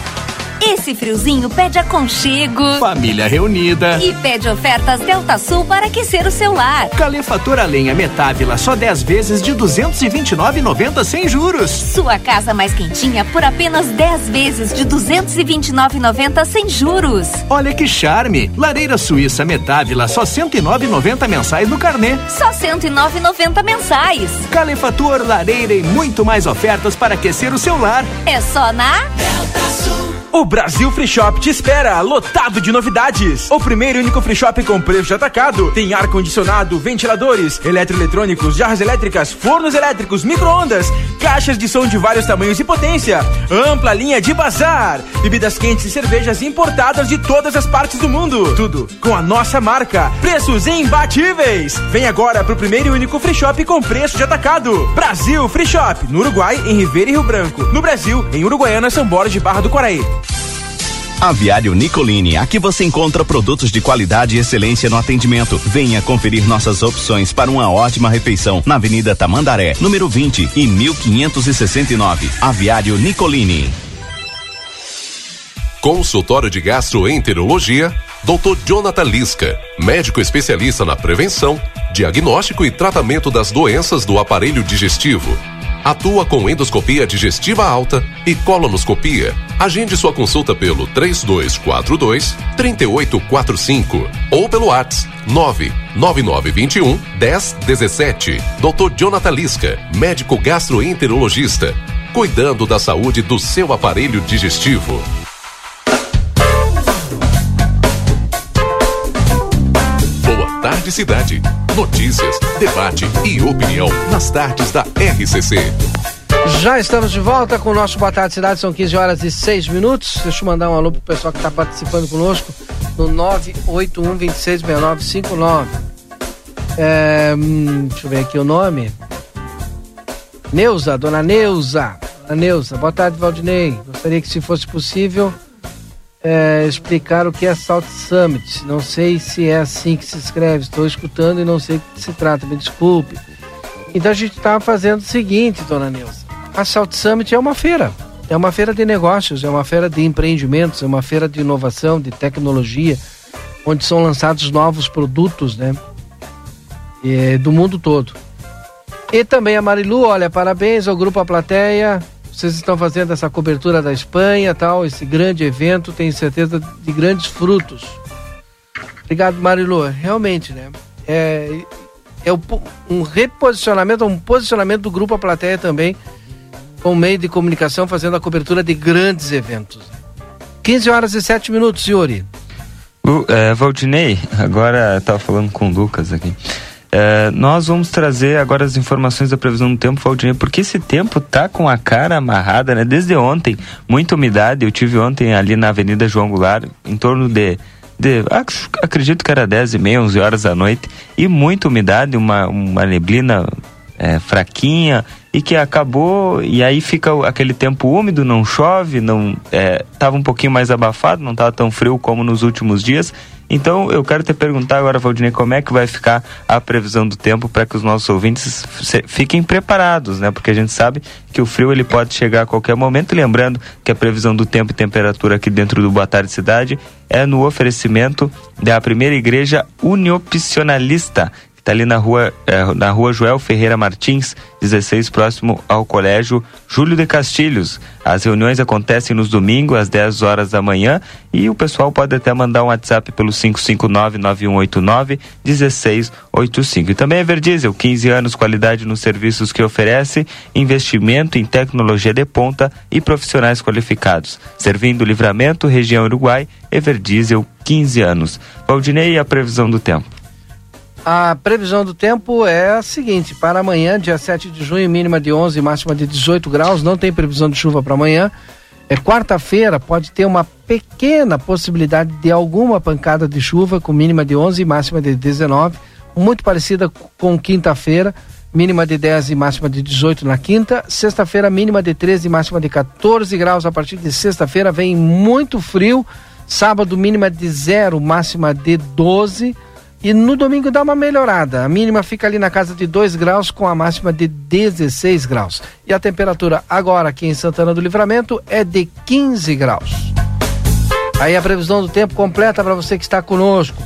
Esse friozinho pede aconchego, família reunida e pede ofertas Delta Sul para aquecer o seu lar. Calefator a lenha Metávila só dez vezes de duzentos e vinte e nove reais e noventa centavos sem juros. Sua casa mais quentinha por apenas dez vezes de duzentos e vinte e nove reais e noventa centavos sem juros. Olha que charme! Lareira Suíça Metávila só cento e nove reais e noventa centavos mensais no carnê. Só cento e nove reais e noventa centavos mensais. Calefator, lareira e muito mais ofertas para aquecer o seu lar. É só na Delta Sul. O Brasil Free Shop te espera, lotado de novidades. O primeiro e único free shop com preço de atacado. Tem ar-condicionado, ventiladores, eletroeletrônicos, jarras elétricas, fornos elétricos, micro-ondas, caixas de som de vários tamanhos e potência, ampla linha de bazar, bebidas quentes e cervejas importadas de todas as partes do mundo. Tudo com a nossa marca. Preços imbatíveis. Vem agora pro primeiro e único free shop com preço de atacado. Brasil Free Shop, no Uruguai, em Ribeira e Rio Branco. No Brasil, em Uruguaiana, São Borges de Barra do Quaraí. Aviário Nicolini, aqui você encontra produtos de qualidade e excelência no atendimento. Venha conferir nossas opções para uma ótima refeição na Avenida Tamandaré, número vinte e mil quinhentos e sessenta e nove. Aviário Nicolini. Consultório de Gastroenterologia, doutor Jonathan Lisca, médico especialista na prevenção, diagnóstico e tratamento das doenças do aparelho digestivo. Atua com endoscopia digestiva alta e colonoscopia. Agende sua consulta pelo três dois quatro dois, três oito quatro cinco ou pelo WhatsApp nove nove nove dois um, um zero um sete. doutor Jonathan Lisca, médico gastroenterologista, cuidando da saúde do seu aparelho digestivo. Boa tarde, cidade. Notícias, debate e opinião nas tardes da R C C. Já estamos de volta com o nosso Boa Tarde Cidade, são quinze horas e seis minutos. Deixa eu mandar um alô pro pessoal que está participando conosco no nove oito um, dois seis seis nove cinco nove. É, hum, deixa eu ver aqui o nome. Neuza, dona Neuza. Dona Neuza, boa tarde, Valdinei. Gostaria que, se fosse possível, é, explicar o que é Salt Summit. Não sei se é assim que se escreve, estou escutando e não sei o que se trata, me desculpe. Então a gente está fazendo o seguinte, dona Neuza. A Salt Summit é uma feira, é uma feira de negócios, é uma feira de empreendimentos, é uma feira de inovação, de tecnologia, onde são lançados novos produtos, né, e, do mundo todo. E também a Marilu, olha, parabéns ao Grupo A Plateia, vocês estão fazendo essa cobertura da Espanha, tal, esse grande evento, tenho certeza de grandes frutos. Obrigado, Marilu, realmente, né, é, é um reposicionamento, um posicionamento do Grupo A Plateia também, com meio de comunicação, fazendo a cobertura de grandes eventos. quinze horas e sete minutos, Yuri. Uh, é, Valdinei, agora estava falando com o Lucas aqui. É, nós vamos trazer agora as informações da previsão do tempo, Valdinei, porque esse tempo tá com a cara amarrada, né? Desde ontem, muita umidade. Eu tive ontem ali na Avenida João Goulart, em torno de, de ac- acredito que era dez e meia, onze horas da noite, e muita umidade, uma, uma neblina é, fraquinha, e que acabou, e aí fica aquele tempo úmido, não chove, não é, tava um pouquinho mais abafado, não tava tão frio como nos últimos dias. Então eu quero te perguntar agora, Valdinei, como é que vai ficar a previsão do tempo para que os nossos ouvintes se, fiquem preparados, né? Porque a gente sabe que o frio ele pode chegar a qualquer momento. Lembrando que a previsão do tempo e temperatura aqui dentro do Boa Tarde Cidade é no oferecimento da primeira igreja uniopcionalista, está ali na rua, eh, na rua Joel Ferreira Martins, dezesseis, próximo ao Colégio Júlio de Castilhos. As reuniões acontecem nos domingos, às dez horas da manhã, e o pessoal pode até mandar um WhatsApp pelo cinco cinco nove, nove um oito nove, um seis oito cinco. E também a Everdiesel, quinze anos, qualidade nos serviços que oferece, investimento em tecnologia de ponta e profissionais qualificados. Servindo Livramento, região Uruguai, Everdiesel, quinze anos. Valdinei, a previsão do tempo. A previsão do tempo é a seguinte: para amanhã, dia sete de junho, mínima de onze, máxima de dezoito graus, não tem previsão de chuva para amanhã. É quarta-feira, pode ter uma pequena possibilidade de alguma pancada de chuva, com mínima de onze e máxima de dezenove, muito parecida com quinta-feira, mínima de dez e máxima de dezoito na quinta. Sexta-feira, mínima de treze e máxima de quatorze graus. A partir de sexta-feira vem muito frio. Sábado, mínima de zero, máxima de doze. E no domingo dá uma melhorada. A mínima fica ali na casa de dois graus, com a máxima de dezesseis graus. E a temperatura agora aqui em Santana do Livramento é de quinze graus. Aí a previsão do tempo completa para você que está conosco.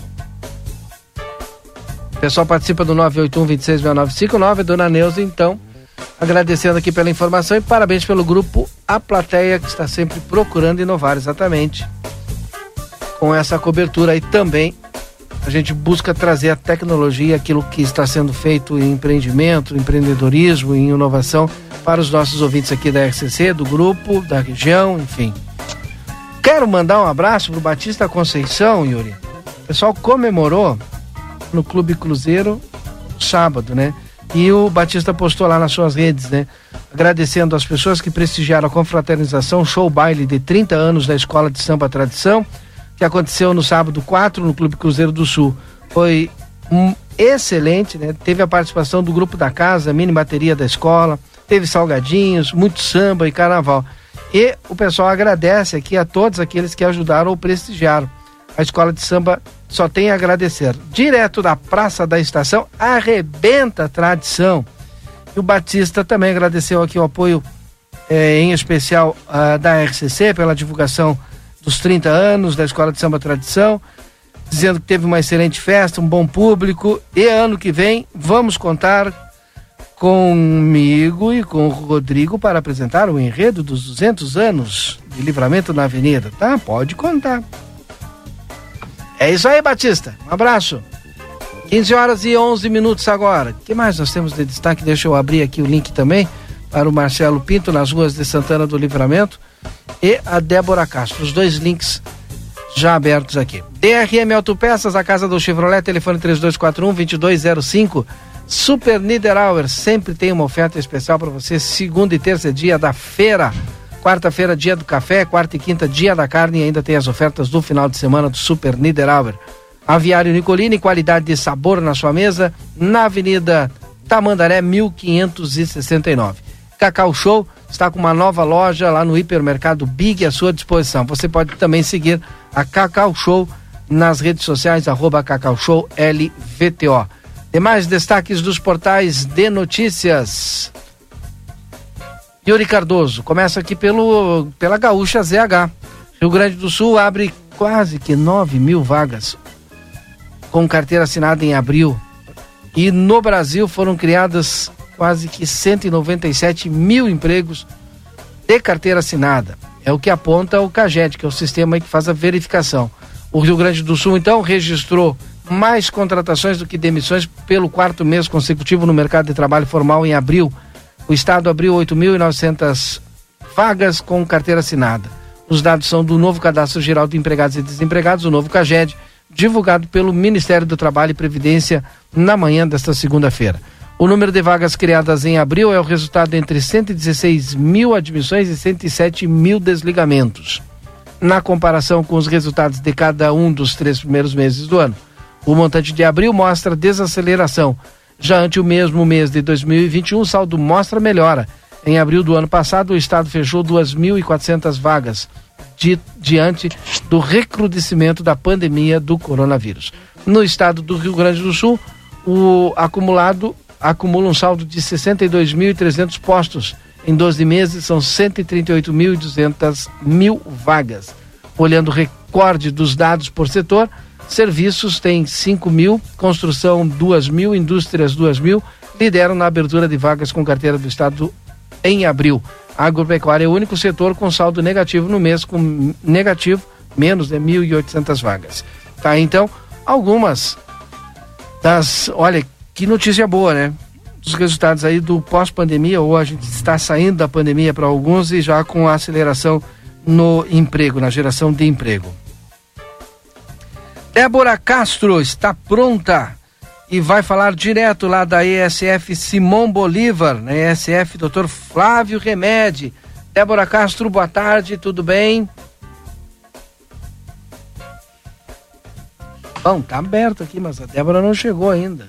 O pessoal participa do nove oito um, dois seis seis nove cinco nove. Dona Neuza, então, agradecendo aqui pela informação e parabéns pelo grupo A Plateia, que está sempre procurando inovar, exatamente com essa cobertura aí também. A gente busca trazer a tecnologia, aquilo que está sendo feito em empreendimento, empreendedorismo, em inovação, para os nossos ouvintes aqui da R C C, do grupo, da região, enfim. Quero mandar um abraço pro Batista Conceição, Yuri. O pessoal comemorou no Clube Cruzeiro sábado, né? E o Batista postou lá nas suas redes, né? Agradecendo as pessoas que prestigiaram a confraternização show baile de trinta anos da Escola de Samba Tradição, que aconteceu no sábado quatro no Clube Cruzeiro do Sul. Foi um excelente, né? Teve a participação do grupo da casa, mini bateria da escola, teve salgadinhos, muito samba e carnaval. E o pessoal agradece aqui a todos aqueles que ajudaram ou prestigiaram. A Escola de Samba só tem a agradecer. Direto da Praça da Estação, arrebenta a tradição. E o Batista também agradeceu aqui o apoio, eh, em especial uh, da R C C, pela divulgação dos trinta anos da Escola de Samba Tradição. dizendo que teve uma excelente festa, um bom público, e ano que vem vamos contar comigo e com o Rodrigo para apresentar o enredo dos duzentos anos de Livramento na Avenida. Tá? Pode contar. É isso aí, Batista. Um abraço. quinze horas e onze minutos agora. O que mais nós temos de destaque? Deixa eu abrir aqui o link também para o Marcelo Pinto nas ruas de Santana do Livramento e a Débora Castro. Os dois links já abertos aqui. D R M Autopeças, a casa do Chevrolet, telefone três dois quatro um, dois dois zero cinco. Super Niederauer, sempre tem uma oferta especial para você. Segunda e terça é dia da feira. Quarta-feira, dia do café. Quarta e quinta, dia da carne. E ainda tem as ofertas do final de semana do Super Niederauer. Aviário Nicolini, qualidade de sabor na sua mesa. Na Avenida Tamandaré, mil quinhentos e sessenta e nove. Cacau Show está com uma nova loja lá no hipermercado Big à sua disposição. Você pode também seguir a Cacau Show nas redes sociais, arroba Cacau Show L V T O. Demais destaques dos portais de notícias. Yuri Cardoso, começa aqui pelo, pela Gaúcha Z H. Rio Grande do Sul abre quase que nove mil vagas com carteira assinada em abril. E no Brasil foram criadas quase que cento e noventa e sete mil empregos de carteira assinada. É o que aponta o CAGED, que é o sistema que faz a verificação. O Rio Grande do Sul, então, registrou mais contratações do que demissões pelo quarto mês consecutivo no mercado de trabalho formal em abril. O estado abriu oito mil e novecentas vagas com carteira assinada. Os dados são do novo Cadastro Geral de Empregados e Desempregados, o novo CAGED, divulgado pelo Ministério do Trabalho e Previdência na manhã desta segunda-feira. O número de vagas criadas em abril é o resultado entre cento e dezesseis mil admissões e cento e sete mil desligamentos. Na comparação com os resultados de cada um dos três primeiros meses do ano, o montante de abril mostra desaceleração. Já ante o mesmo mês de dois mil e vinte e um, o saldo mostra melhora. Em abril do ano passado, o estado fechou duas mil e quatrocentas vagas, di, diante do recrudescimento da pandemia do coronavírus. No estado do Rio Grande do Sul, o acumulado acumula um saldo de sessenta e dois mil e trezentos postos. Em doze meses, são cento e trinta e oito mil e duzentas mil vagas. Olhando o recorde dos dados por setor, serviços tem cinco mil, construção duas mil, indústrias duas mil, lideram na abertura de vagas com carteira do estado em abril. A agropecuária é o único setor com saldo negativo no mês, com negativo menos de mil e oitocentas vagas. Tá, então, algumas das, olha, que notícia boa, né? Os resultados aí do pós-pandemia, ou a gente está saindo da pandemia para alguns e já com a aceleração no emprego, na geração de emprego. Débora Castro está pronta e vai falar direto lá da E S F Simão Bolívar, na E S F doutor Flávio Remedi. Débora Castro, boa tarde, tudo bem? Bom, tá aberto aqui, mas a Débora não chegou ainda.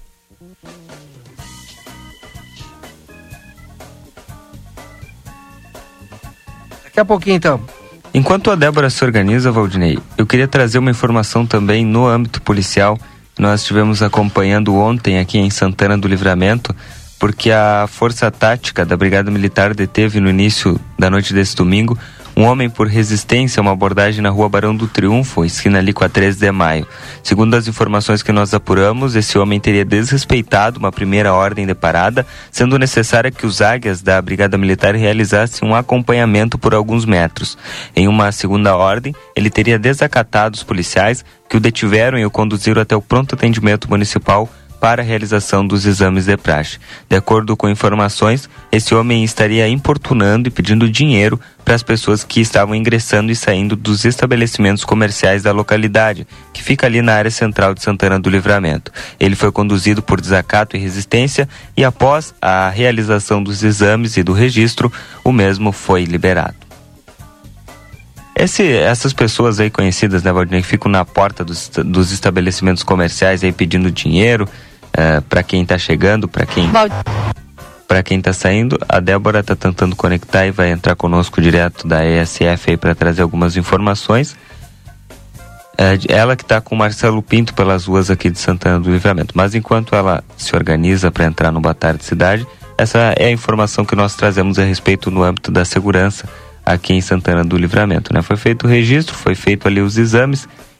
Daqui a pouquinho, então. Enquanto a Débora se organiza, Valdinei, eu queria trazer uma informação também no âmbito policial. Nós estivemos acompanhando ontem aqui em Santana do Livramento, porque a Força Tática da Brigada Militar deteve no início da noite desse domingo um homem por resistência a uma abordagem na rua Barão do Triunfo, esquina ali com a treze de maio. Segundo as informações que nós apuramos, esse homem teria desrespeitado uma primeira ordem de parada, sendo necessária que os águias da Brigada Militar realizassem um acompanhamento por alguns metros. Em uma segunda ordem, ele teria desacatado os policiais que o detiveram e o conduziram até o pronto atendimento municipal para a realização dos exames de praxe. De acordo com informações, esse homem estaria importunando e pedindo dinheiro para as pessoas que estavam ingressando e saindo dos estabelecimentos comerciais da localidade, que fica ali na área central de Santana do Livramento. Ele foi conduzido por desacato e resistência e após a realização dos exames e do registro, o mesmo foi liberado. Esse, essas pessoas aí conhecidas, né, Valdinei, que ficam na porta dos, dos estabelecimentos comerciais aí pedindo dinheiro uh, para quem está chegando, para quem para quem está saindo, a Débora está tentando conectar e vai entrar conosco direto da E S F aí para trazer algumas informações. Uh, ela que está com o Marcelo Pinto pelas ruas aqui de Santana do Livramento. Mas enquanto ela se organiza para entrar no Boa Tarde Cidade, essa é a informação que nós trazemos a respeito no âmbito da segurança aqui em Santana do Livramento, né? Foi feito o registro, foi feito ali os exames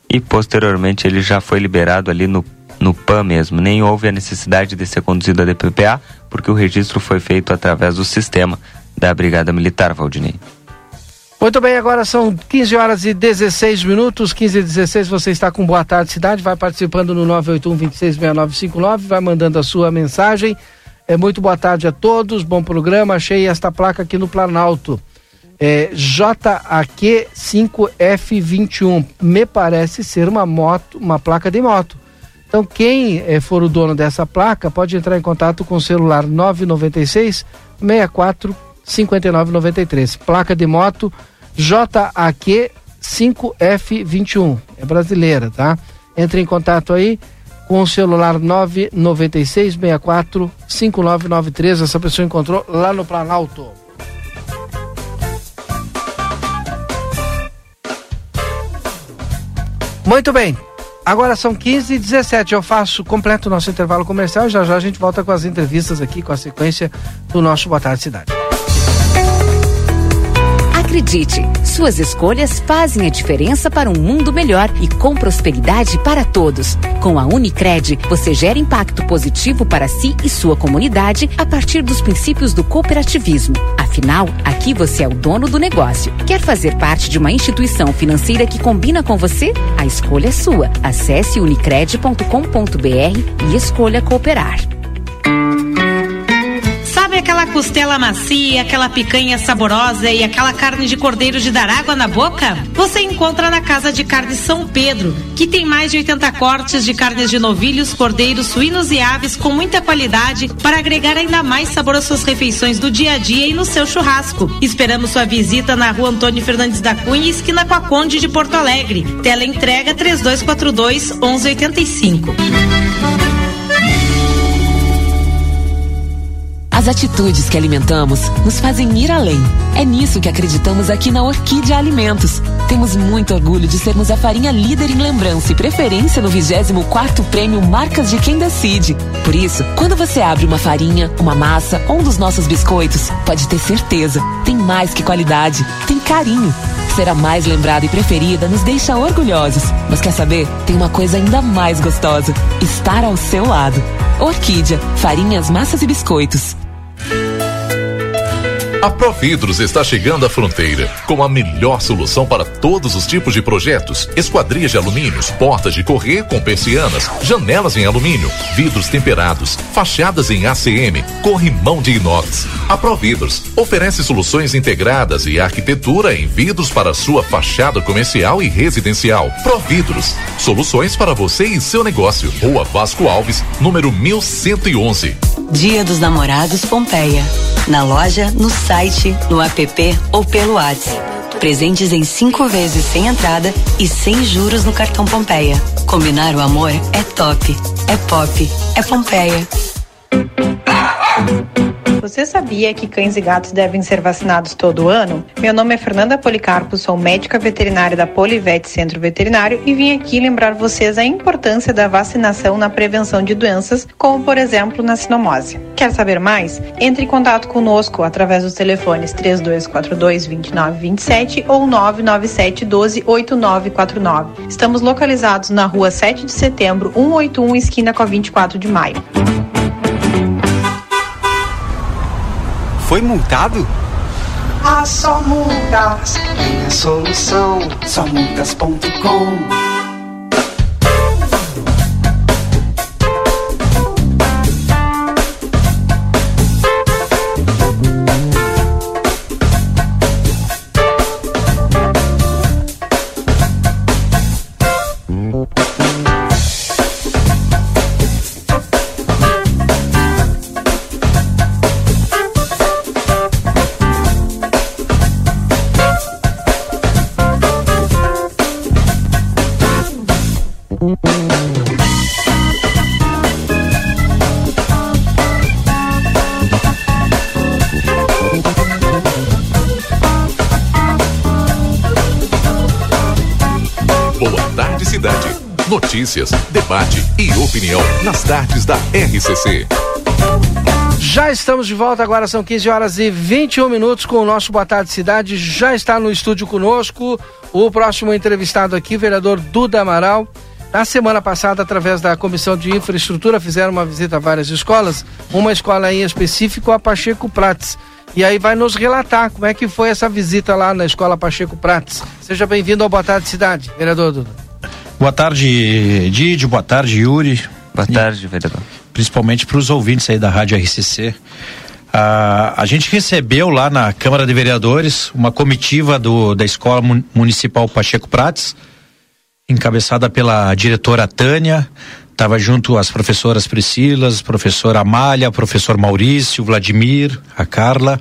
e posteriormente ele já foi liberado ali no, no P A M mesmo. Nem houve a necessidade de ser conduzido a D P P A, porque o registro foi feito através do sistema da Brigada Militar, Valdinei. Muito bem, agora são quinze horas e dezesseis minutos, quinze e dezesseis, você está com Boa Tarde Cidade, vai participando no nove oito um, dois seis, seis nove cinco nove, vai mandando a sua mensagem. É, muito boa tarde a todos, bom programa, achei esta placa aqui no Planalto, é, J A Q cinco F vinte e um, me parece ser uma moto, uma placa de moto. Então quem é, for o dono dessa placa pode entrar em contato com o celular nove nove seis, seis quatro cinco nove nove três, placa de moto J A Q cinco F vinte e um, é brasileira, tá? Entre em contato aí com o celular nove nove seis, seis quatro cinco nove nove três, essa pessoa encontrou lá no Planalto. Muito bem, agora são quinze e dezessete, eu faço completo o nosso intervalo comercial e já já a gente volta com as entrevistas aqui, com a sequência do nosso Boa Tarde Cidade. Acredite, suas escolhas fazem a diferença para um mundo melhor e com prosperidade para todos. Com a Unicred, você gera impacto positivo para si e sua comunidade a partir dos princípios do cooperativismo. Afinal, aqui você é o dono do negócio. Quer fazer parte de uma instituição financeira que combina com você? A escolha é sua. Acesse unicred ponto com ponto br e escolha cooperar. Sabe aquela costela macia, aquela picanha saborosa e aquela carne de cordeiro de dar água na boca? Você encontra na Casa de Carne São Pedro, que tem mais de oitenta cortes de carnes de novilhos, cordeiros, suínos e aves com muita qualidade para agregar ainda mais sabor às suas refeições do dia a dia e no seu churrasco. Esperamos sua visita na Rua Antônio Fernandes da Cunha, esquina com a Conde de Porto Alegre. Tela entrega três dois quatro dois, onze oitenta e cinco. As atitudes que alimentamos nos fazem ir além. É nisso que acreditamos aqui na Orquídea Alimentos. Temos muito orgulho de sermos a farinha líder em lembrança e preferência no vigésimo quarto Prêmio Marcas de Quem Decide. Por isso, quando você abre uma farinha, uma massa ou um dos nossos biscoitos, pode ter certeza, tem mais que qualidade, tem carinho. Ser a mais lembrada e preferida nos deixa orgulhosos. Mas quer saber? Tem uma coisa ainda mais gostosa: estar ao seu lado. Orquídea, farinhas, massas e biscoitos. A Providros está chegando à fronteira com a melhor solução para todos os tipos de projetos: esquadrias de alumínios, portas de correr com persianas, janelas em alumínio, vidros temperados, fachadas em A C M, corrimão de inox. A Providros oferece soluções integradas e arquitetura em vidros para sua fachada comercial e residencial. Providros, soluções para você e seu negócio. Rua Vasco Alves, número mil cento e onze. Dia dos Namorados Pompeia. Na loja, no site, no app ou pelo WhatsApp. Presentes em cinco vezes sem entrada e sem juros no cartão Pompeia. Combinar o amor é top, é pop, é Pompeia. Você sabia que cães e gatos devem ser vacinados todo ano? Meu nome é Fernanda Policarpo, sou médica veterinária da Polivete Centro Veterinário e vim aqui lembrar vocês a importância da vacinação na prevenção de doenças, como por exemplo na cinomose. Quer saber mais? Entre em contato conosco através dos telefones três dois quatro dois, dois nove dois sete ou nove nove sete, um dois, oito nove quatro nove. Estamos localizados na rua sete de setembro, cento e oitenta e um, esquina com a vinte e quatro de maio. Foi multado? A Só Multas tem a solução. só multas ponto com. Notícias, debate e opinião nas tardes da R C C. Já estamos de volta, agora são quinze horas e vinte e um minutos com o nosso Boa Tarde Cidade. Já está no estúdio conosco o próximo entrevistado aqui, o vereador Duda Amaral. Na semana passada, através da Comissão de Infraestrutura, fizeram uma visita a várias escolas, uma escola em específico, a Pacheco Prates. E aí vai nos relatar como é que foi essa visita lá na escola Pacheco Prates. Seja bem-vindo ao Boa Tarde Cidade, vereador Duda. Boa tarde, Didi, boa tarde, Yuri. Boa tarde, vereador. Principalmente para os ouvintes aí da Rádio R C C. Ah, a gente recebeu lá na Câmara de Vereadores uma comitiva do, da Escola Municipal Pacheco Prates, encabeçada pela diretora Tânia. Estava junto as professoras Priscilas, professora Amália, professor Maurício, Vladimir, a Carla.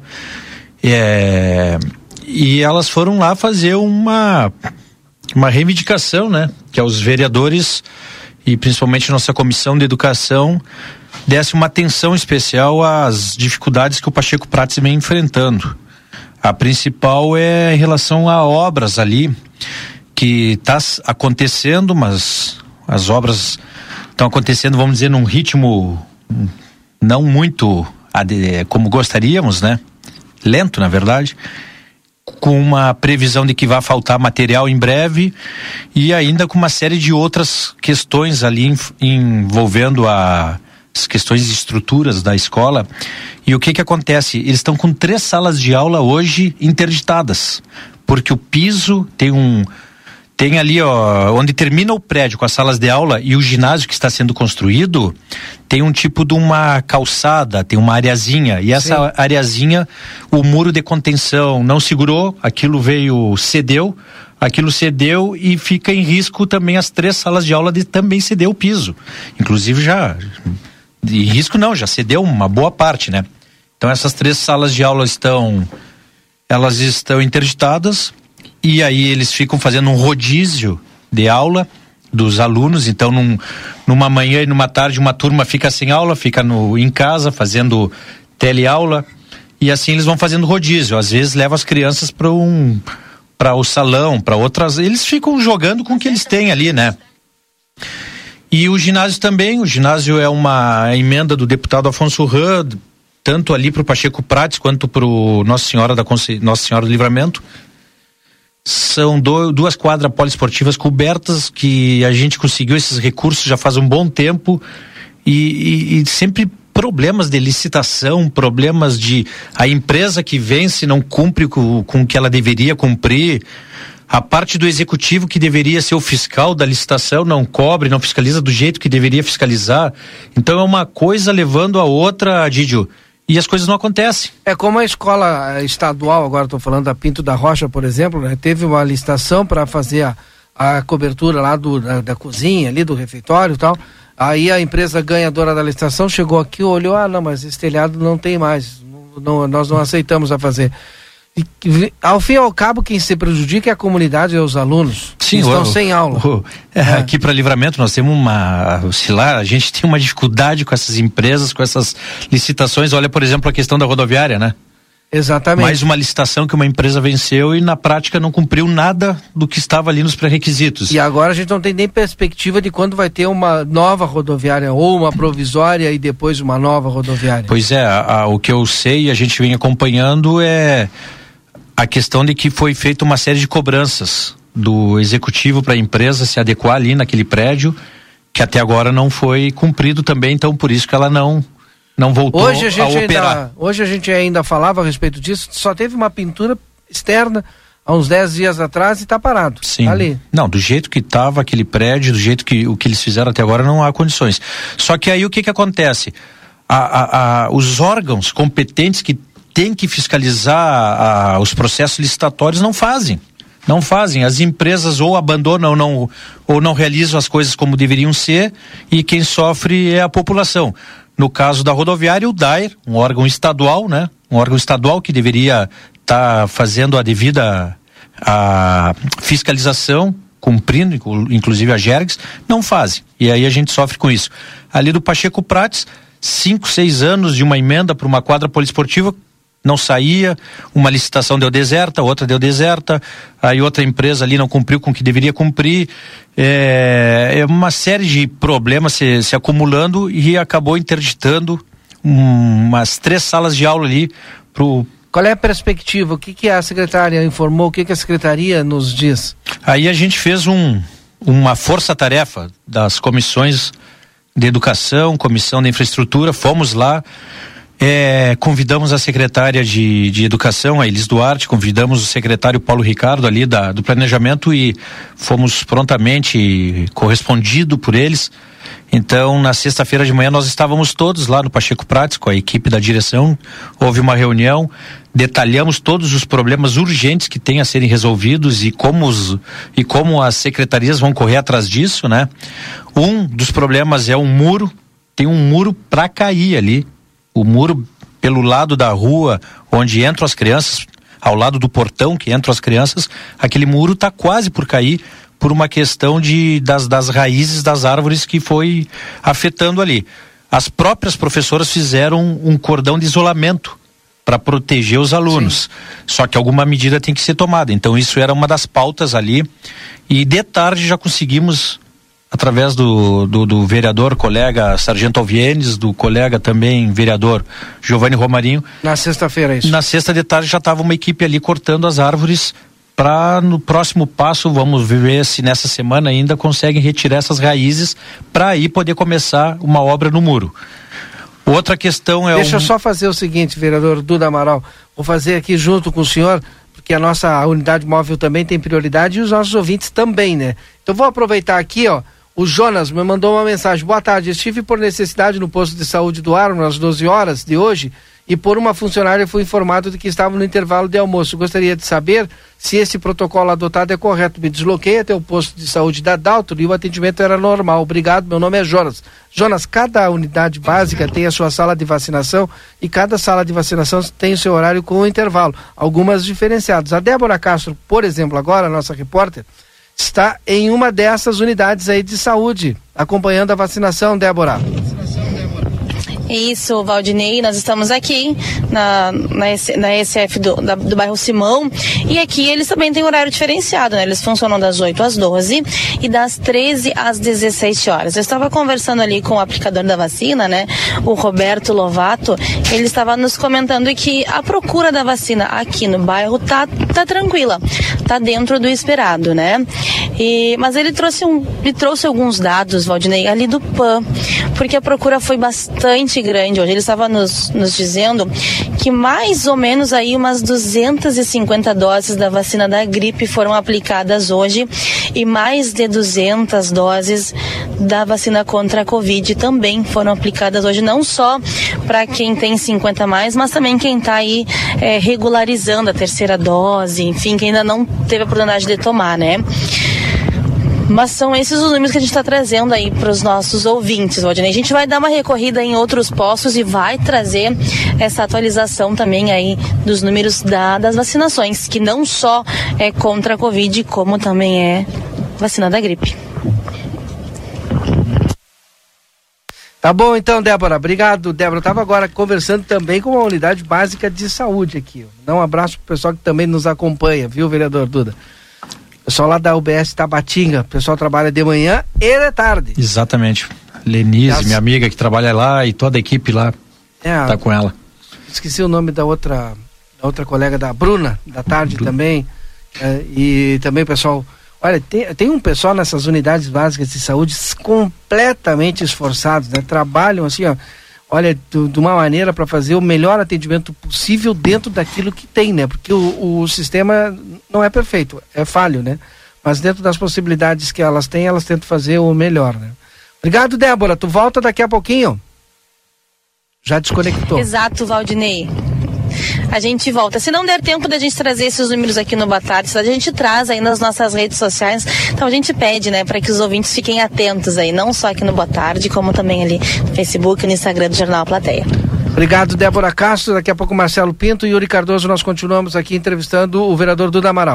É, e elas foram lá fazer uma, uma reivindicação, né? Que aos vereadores e principalmente nossa Comissão de Educação desse uma atenção especial às dificuldades que o Pacheco Prates vem enfrentando. A principal é em relação a obras ali, que está acontecendo, mas as obras estão acontecendo, vamos dizer, num ritmo não muito como gostaríamos, né? Lento, na verdade, com uma previsão de que vai faltar material em breve e ainda com uma série de outras questões ali em, envolvendo a, as questões de estruturas da escola. E o que que acontece? Eles estão com três salas de aula hoje interditadas, porque o piso tem um tem ali, ó, onde termina o prédio com as salas de aula e o ginásio que está sendo construído, tem um tipo de uma calçada, tem uma areazinha, e essa Sim. areazinha, o muro de contenção não segurou, aquilo veio, cedeu, aquilo cedeu e fica em risco também as três salas de aula de também ceder o piso. Inclusive já, em risco não, já cedeu uma boa parte, né? Então essas três salas de aula estão, elas estão interditadas. E aí eles ficam fazendo um rodízio de aula dos alunos, então num, numa manhã e numa tarde uma turma fica sem aula, fica no, em casa fazendo teleaula, e assim eles vão fazendo rodízio, às vezes levam as crianças para um, para o salão, para outras, eles ficam jogando com o que eles têm ali, né? E o ginásio também, o ginásio é uma emenda do deputado Afonso Ram, tanto ali para o Pacheco Prates quanto para o Nossa Senhora da Conce... Nossa Senhora do Livramento. São do, duas quadras poliesportivas cobertas que a gente conseguiu esses recursos já faz um bom tempo e, e, e sempre problemas de licitação, problemas de a empresa que vence não cumpre com, com o que ela deveria cumprir, a parte do executivo que deveria ser o fiscal da licitação não cobre, não fiscaliza do jeito que deveria fiscalizar. Então é uma coisa levando a outra, Didio. E as coisas não acontecem. É como a escola estadual, agora estou falando da Pinto da Rocha, por exemplo, né? Teve uma licitação para fazer a, a cobertura lá do, da, da cozinha, ali do refeitório e tal. Aí a empresa ganhadora da licitação chegou aqui e olhou, ah não, mas esse telhado não tem mais, não, não, nós não aceitamos a fazer. E, ao fim e ao cabo, quem se prejudica é a comunidade e os alunos. Sim, que estão o, sem aula. O, é, é. Aqui para Livramento nós temos uma, sei lá, a gente tem uma dificuldade com essas empresas, com essas licitações. Olha, por exemplo, a questão da rodoviária, né? Exatamente. Mais uma licitação que uma empresa venceu e na prática não cumpriu nada do que estava ali nos pré-requisitos. E agora a gente não tem nem perspectiva de quando vai ter uma nova rodoviária ou uma provisória e depois uma nova rodoviária. Pois é, a, a, o que eu sei e a gente vem acompanhando é a questão de que foi feita uma série de cobranças do executivo para a empresa se adequar ali naquele prédio, que até agora não foi cumprido também, então por isso que ela não não voltou hoje a, gente a operar. Ainda, hoje a gente ainda falava a respeito disso, só teve uma pintura externa há uns dez dias atrás e está parado. Sim. Ali. Não, do jeito que estava aquele prédio, do jeito que o que eles fizeram até agora não há condições. Só que aí o que que acontece? A, a, a, os órgãos competentes que tem que fiscalizar a, os processos licitatórios, não fazem. Não fazem. As empresas ou abandonam ou não, ou não realizam as coisas como deveriam ser e quem sofre é a população. No caso da rodoviária, o D A I R, um órgão estadual, né? Um órgão estadual que deveria estar tá fazendo a devida a fiscalização, cumprindo, inclusive a Gergs, não fazem. E aí a gente sofre com isso. Ali do Pacheco Prates, cinco, seis anos de uma emenda para uma quadra poliesportiva, não saía, uma licitação deu deserta, outra deu deserta, aí outra empresa ali não cumpriu com o que deveria cumprir, é, é uma série de problemas se, se acumulando e acabou interditando um, umas três salas de aula ali pro... Qual é a perspectiva? O que, que a secretária informou? O que, que a secretaria nos diz? Aí a gente fez um, uma força-tarefa das comissões de educação, comissão de infraestrutura, fomos lá, é, convidamos a secretária de, de educação, a Elis Duarte, convidamos o secretário Paulo Ricardo ali da, do planejamento e fomos prontamente correspondido por eles. Então, na sexta-feira de manhã nós estávamos todos lá no Pacheco Prats com a equipe da direção, houve uma reunião, detalhamos todos os problemas urgentes que têm a serem resolvidos e como, os, e como as secretarias vão correr atrás disso, né? Um dos problemas é um muro, tem um muro para cair ali, o muro pelo lado da rua onde entram as crianças, ao lado do portão que entram as crianças, aquele muro está quase por cair, por uma questão de, das, das raízes das árvores que foi afetando ali. As próprias professoras fizeram um cordão de isolamento para proteger os alunos. Sim. Só que alguma medida tem que ser tomada. Então isso era uma das pautas ali. E de tarde já conseguimos, através do, do, do vereador, colega Sargento Alvienes, do colega também vereador Giovanni Romarinho. Na sexta-feira isso. Na sexta de tarde já estava uma equipe ali cortando as árvores para no próximo passo, vamos ver se nessa semana ainda conseguem retirar essas raízes para aí poder começar uma obra no muro. Outra questão é... Deixa um... eu só fazer o seguinte, vereador Duda Amaral, vou fazer aqui junto com o senhor, porque a nossa unidade móvel também tem prioridade e os nossos ouvintes também, né? Então vou aproveitar aqui, ó, o Jonas me mandou uma mensagem: boa tarde, estive por necessidade no posto de saúde do Armo às doze horas de hoje e por uma funcionária fui informado de que estava no intervalo de almoço. Gostaria de saber se esse protocolo adotado é correto. Me desloquei até o posto de saúde da Dalton e o atendimento era normal. Obrigado, meu nome é Jonas. Jonas, cada unidade básica tem a sua sala de vacinação e cada sala de vacinação tem o seu horário com intervalo, algumas diferenciadas. A Débora Castro, por exemplo, agora, a nossa repórter, está em uma dessas unidades aí de saúde, acompanhando a vacinação, Débora. Isso, Valdinei, nós estamos aqui na, na, na E S F do, da, do bairro Simão, e aqui eles também têm horário diferenciado, né? Eles funcionam das oito às doze e das treze às dezessete horas. Eu estava conversando ali com o aplicador da vacina, né? O Roberto Lovato, ele estava nos comentando que a procura da vacina aqui no bairro tá, tá tranquila, tá dentro do esperado, né? E, mas ele trouxe, um, ele trouxe alguns dados, Valdinei, ali do P A M, porque a procura foi bastante grande hoje. Ele estava nos, nos dizendo que mais ou menos aí umas duzentas e cinquenta doses da vacina da gripe foram aplicadas hoje e mais de duzentas doses da vacina contra a Covid também foram aplicadas hoje, não só para quem tem cinquenta a mais, mas também quem está aí é, regularizando a terceira dose, enfim, que ainda não teve a oportunidade de tomar, né? Mas são esses os números que a gente está trazendo aí para os nossos ouvintes, Valdinei. A gente vai dar uma recorrida em outros postos e vai trazer essa atualização também aí dos números da, das vacinações, que não só é contra a Covid, como também é vacina da gripe. Tá bom então, Débora. Obrigado, Débora. Eu estava agora conversando também com uma unidade básica de saúde aqui. Dá um abraço pro pessoal que também nos acompanha, viu, vereador Duda? Pessoal lá da U B S Tabatinga, o pessoal trabalha de manhã e de tarde. Exatamente. Lenise, As... minha amiga que trabalha lá, e toda a equipe lá é, tá com ela. Esqueci o nome da outra, da outra colega, da Bruna, da tarde Bruna. também. É, e também o pessoal, olha, tem, tem um pessoal nessas unidades básicas de saúde completamente esforçados, né? Trabalham assim, ó, olha, de, de uma maneira para fazer o melhor atendimento possível dentro daquilo que tem, né? Porque o, o sistema não é perfeito, é falho, né? Mas dentro das possibilidades que elas têm, elas tentam fazer o melhor, né? Obrigado, Débora. Tu volta daqui a pouquinho? Já desconectou. Exato, Valdinei. A gente volta. Se não der tempo da gente trazer esses números aqui no Boa Tarde, a gente traz aí nas nossas redes sociais. Então a gente pede, né, para que os ouvintes fiquem atentos aí, não só aqui no Boa Tarde, como também ali no Facebook e no Instagram do Jornal A Plateia. Obrigado, Débora Castro. Daqui a pouco Marcelo Pinto e Yuri Cardoso. Nós continuamos aqui entrevistando o vereador Duda Amaral.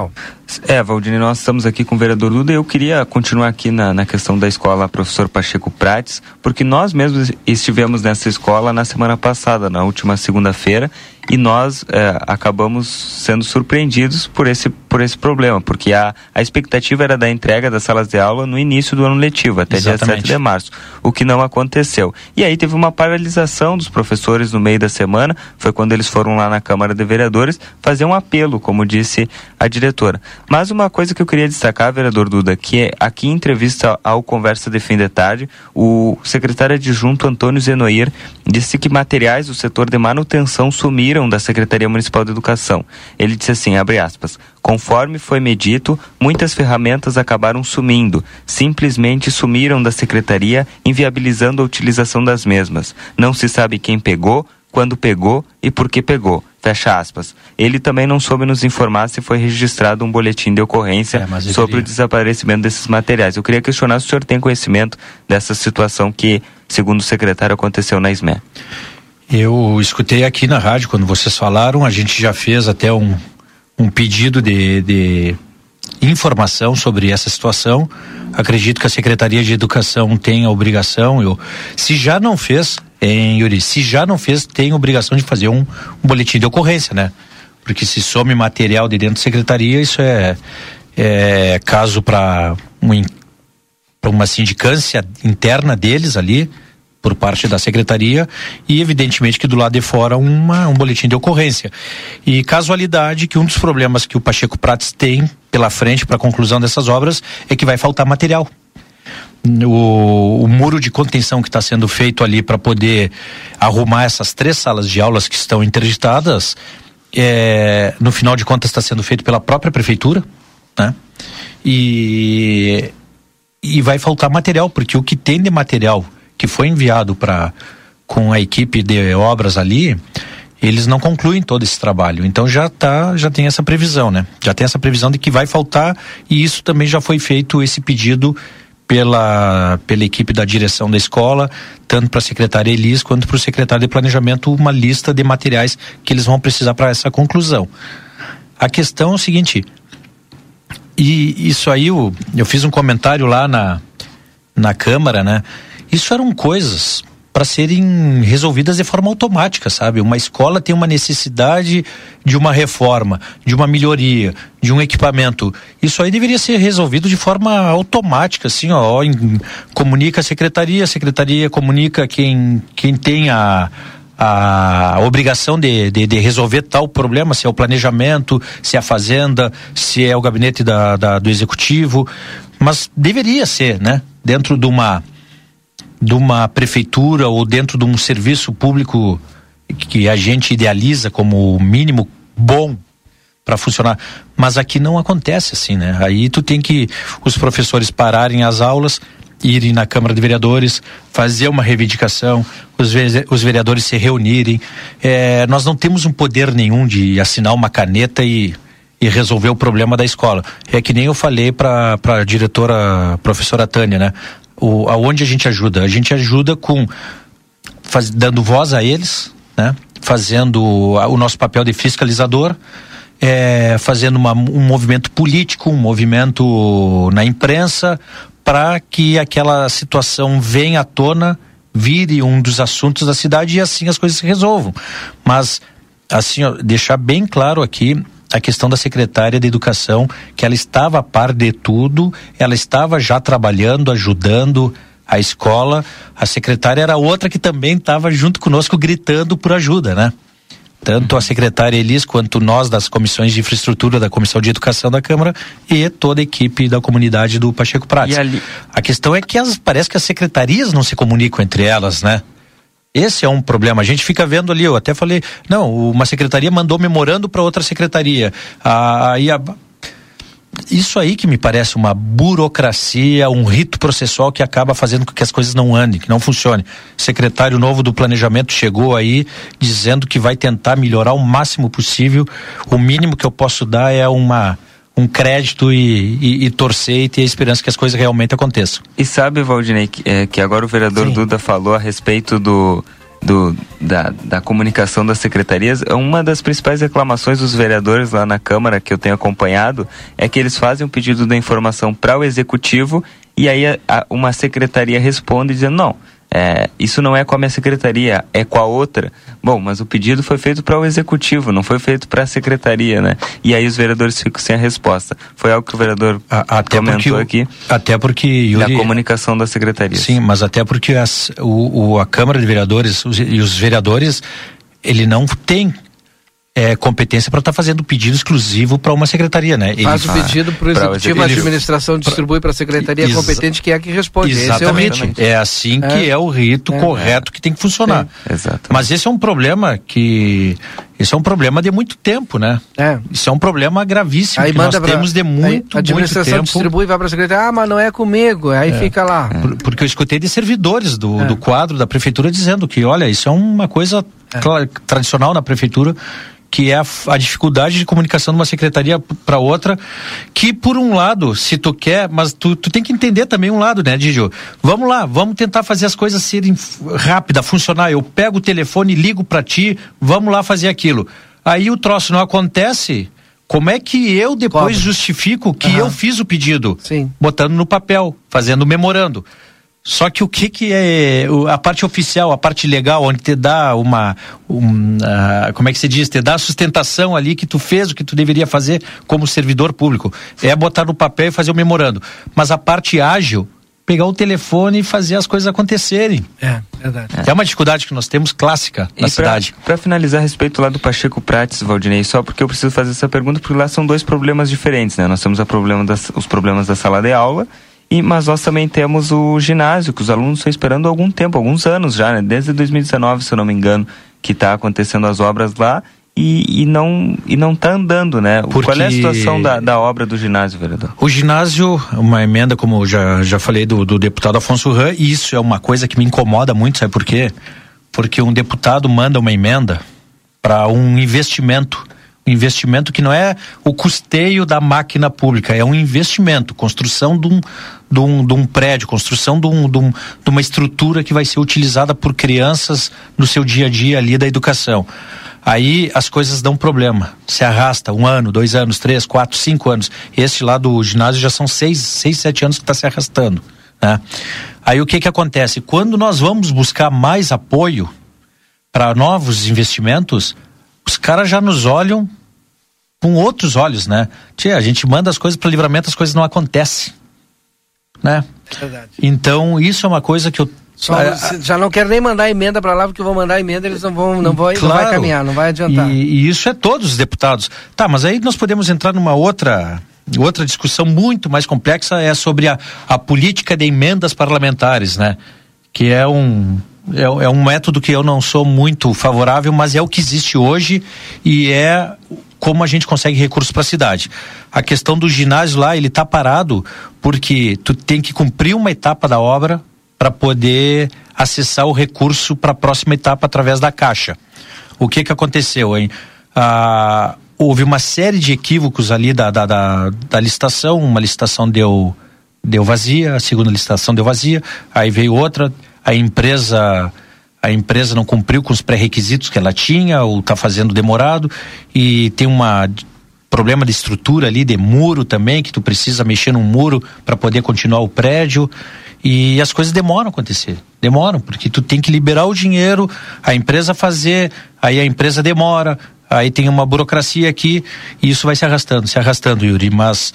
É, Valdinei, nós estamos aqui com o vereador Duda e eu queria continuar aqui na, na questão da escola Professor Pacheco Prates, porque nós mesmos estivemos nessa escola na semana passada, na última segunda-feira, e nós é, acabamos sendo surpreendidos por esse, por esse problema, porque a, a expectativa era da entrega das salas de aula no início do ano letivo, até Exatamente. dia sete de março, o que não aconteceu. E aí teve uma paralisação dos professores no meio da semana, foi quando eles foram lá na Câmara de Vereadores fazer um apelo, como disse a diretora. Mas uma coisa que eu queria destacar, vereador Duda, que é, aqui em entrevista ao Conversa de Fim de Tarde, o secretário adjunto Antônio Zenoir disse que materiais do setor de manutenção sumiram da Secretaria Municipal de Educação. Ele disse assim, abre aspas, conforme foi medito, muitas ferramentas acabaram sumindo, simplesmente sumiram da Secretaria, inviabilizando a utilização das mesmas. Não se sabe quem pegou, quando pegou e por que pegou. Fecha aspas. Ele também não soube nos informar se foi registrado um boletim de ocorrência é, sobre queria... o desaparecimento desses materiais. Eu queria questionar se o senhor tem conhecimento dessa situação que, segundo o secretário, aconteceu na SME. Eu escutei aqui na rádio quando vocês falaram, a gente já fez até um, um pedido de, de informação sobre essa situação. Acredito que a Secretaria de Educação tem a obrigação, eu, se já não fez, hein, Yuri, se já não fez, tem a obrigação de fazer um, um boletim de ocorrência, né? Porque se some material de dentro da Secretaria, isso é, é caso para um, uma sindicância interna deles ali, por parte da Secretaria, e evidentemente que do lado de fora uma, um boletim de ocorrência. E casualidade que um dos problemas que o Pacheco Prates tem pela frente para a conclusão dessas obras é que vai faltar material. O, o muro de contenção que está sendo feito ali para poder arrumar essas três salas de aulas que estão interditadas, é, no final de contas está sendo feito pela própria prefeitura, né? E, e vai faltar material, porque o que tem de material que foi enviado para com a equipe de obras ali, eles não concluem todo esse trabalho. Então já tá, já tem essa previsão, né? Já tem essa previsão de que vai faltar, e isso também já foi feito esse pedido pela pela equipe da direção da escola, tanto para a secretária Elis quanto para o secretário de planejamento, uma lista de materiais que eles vão precisar para essa conclusão. A questão é o seguinte, e isso aí eu, eu fiz um comentário lá na na Câmara, né? Isso eram coisas para serem resolvidas de forma automática, sabe? Uma escola tem uma necessidade de uma reforma, de uma melhoria, de um equipamento. Isso aí deveria ser resolvido de forma automática, assim, ó, em, comunica a secretaria, a secretaria comunica quem, quem tem a, a obrigação de, de, de resolver tal problema, se é o planejamento, se é a fazenda, se é o gabinete da, da, do executivo, mas deveria ser, né? Dentro de uma de uma prefeitura ou dentro de um serviço público que a gente idealiza como o mínimo bom para funcionar, mas aqui não acontece assim, né? Aí tu tem que os professores pararem as aulas, irem na Câmara de Vereadores, fazer uma reivindicação, os, ve- os vereadores se reunirem. É, nós não temos um poder nenhum de assinar uma caneta e e resolver o problema da escola. É que nem eu falei para a diretora, professora Tânia, né? O, aonde a gente ajuda? A gente ajuda com faz, dando voz a eles, né? Fazendo o nosso papel de fiscalizador, é, fazendo uma, um movimento político, um movimento na imprensa, para que aquela situação venha à tona, vire um dos assuntos da cidade e assim as coisas se resolvam. Mas, assim, ó, deixar bem claro aqui a questão da secretária de Educação, que ela estava a par de tudo, ela estava já trabalhando, ajudando a escola. A secretária era outra que também estava junto conosco gritando por ajuda, né? Tanto a secretária Elis quanto nós das comissões de infraestrutura, da Comissão de Educação da Câmara e toda a equipe da comunidade do Pacheco Prates. Ali... A questão é que as, parece que as secretarias não se comunicam entre elas, né? Esse é um problema. A gente fica vendo ali, eu até falei, não, uma secretaria mandou memorando para outra secretaria. Aí a, a, isso aí que me parece uma burocracia, um rito processual que acaba fazendo com que as coisas não andem, que não funcionem. O secretário novo do planejamento chegou aí dizendo que vai tentar melhorar o máximo possível. O mínimo que eu posso dar é uma... um crédito e, e, e torcer e ter a esperança que as coisas realmente aconteçam. E sabe, Valdinei, que, é, que agora o vereador Sim. Duda falou a respeito do do, da, da comunicação das secretarias, uma das principais reclamações dos vereadores lá na Câmara, que eu tenho acompanhado, é que eles fazem um pedido da informação para o Executivo e aí a, a, uma secretaria responde dizendo, não, é, isso não é com a minha secretaria, é com a outra. Bom, mas o pedido foi feito para o Executivo, não foi feito para a secretaria, né? E aí os vereadores ficam sem a resposta. Foi algo que o vereador a, até comentou o, aqui. Até porque, Yuri, da comunicação da secretaria. Sim, mas até porque as, o, o, a Câmara de Vereadores os, e os vereadores, ele não tem É, competência para estar tá fazendo pedido exclusivo para uma secretaria, né? Ele faz o pedido para o executivo, a administração distribui para a secretaria Exa competente, que é a que responde. Exatamente. Esse é, o rito. é assim é. que é o rito é. correto que tem que funcionar. Exato. Mas esse é um problema que esse é um problema de muito tempo, né? É. Isso é um problema gravíssimo aí que manda nós pra, temos de muito, a administração muito tempo. distribui, vai para a secretaria, ah, mas não é comigo, aí é. fica lá. Por, porque eu escutei de servidores do, é. do quadro da prefeitura dizendo que, olha, isso é uma coisa é. clara, tradicional na prefeitura, que é a, a dificuldade de comunicação de uma secretaria para outra, que por um lado, se tu quer, mas tu, tu tem que entender também um lado, né, Didio? Vamos lá, vamos tentar fazer as coisas serem rápidas, funcionar. Eu pego o telefone, ligo para ti, vamos lá fazer aquilo. Aí o troço não acontece, como é que eu depois Cobra. justifico que uhum. eu fiz o pedido? Sim. Botando no papel, fazendo memorando. Só que o que que é a parte oficial, a parte legal, onde te dá uma, um, uh, como é que se diz, te dá a sustentação ali que tu fez o que tu deveria fazer como servidor público, é botar no papel e fazer o memorando. Mas a parte ágil, pegar o telefone e fazer as coisas acontecerem. É, verdade. É uma dificuldade que nós temos clássica na e cidade. Para finalizar a respeito lá do Pacheco Prates, Valdinei, só porque eu preciso fazer essa pergunta, porque lá são dois problemas diferentes, né? Nós temos a problema das, os problemas da sala de aula, E, mas nós também temos o ginásio, que os alunos estão esperando há algum tempo, alguns anos já, né? Desde dois mil e dezenove, se eu não me engano, que está acontecendo as obras lá e, e não e não está andando, né? Porque... Qual é a situação da, da obra do ginásio, vereador? O ginásio, uma emenda, como já, já falei, do, do deputado Afonso Ram, e isso é uma coisa que me incomoda muito, sabe por quê? Porque um deputado manda uma emenda para um investimento, um investimento que não é o custeio da máquina pública, é um investimento, construção de um, de um, de um prédio, construção de, um, de, um, de uma estrutura que vai ser utilizada por crianças no seu dia a dia ali da educação. Aí as coisas dão problema, se arrasta um ano, dois anos, três, quatro, cinco anos. Este lá do ginásio já são seis, seis, sete anos que está se arrastando, né? Aí o que que acontece? Quando nós vamos buscar mais apoio para novos investimentos, os caras já nos olham com outros olhos, né? Tia, a gente manda as coisas para Livramento, as coisas não acontecem, né? Verdade. Então isso é uma coisa que eu Só, já não quero nem mandar emenda para lá, porque eu vou mandar emenda, eles não vão, não vão, claro, não vai caminhar, não vai adiantar. E, e isso é todos os deputados. Tá, mas aí nós podemos entrar numa outra outra discussão muito mais complexa, é sobre a, a política de emendas parlamentares, né? Que é um é, é um método que eu não sou muito favorável, mas é o que existe hoje e é como a gente consegue recursos para a cidade. A questão do ginásio lá, ele está parado porque tu tem que cumprir uma etapa da obra para poder acessar o recurso para a próxima etapa através da Caixa. O que que aconteceu, hein? Ah, houve uma série de equívocos ali da, da, da, da licitação, uma licitação deu, deu vazia, a segunda licitação deu vazia, aí veio outra, a empresa... A empresa não cumpriu com os pré-requisitos que ela tinha, ou está fazendo demorado, e tem um problema de estrutura ali, de muro também, que tu precisa mexer num muro para poder continuar o prédio, e as coisas demoram a acontecer, demoram, porque tu tem que liberar o dinheiro, a empresa fazer, aí a empresa demora, aí tem uma burocracia aqui, e isso vai se arrastando, se arrastando, Yuri, mas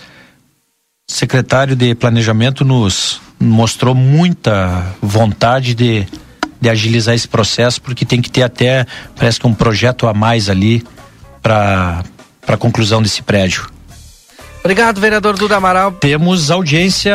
o secretário de Planejamento nos mostrou muita vontade de de agilizar esse processo, porque tem que ter até, parece que um projeto a mais ali para para conclusão desse prédio. Obrigado, vereador Duda Amaral. Temos audiência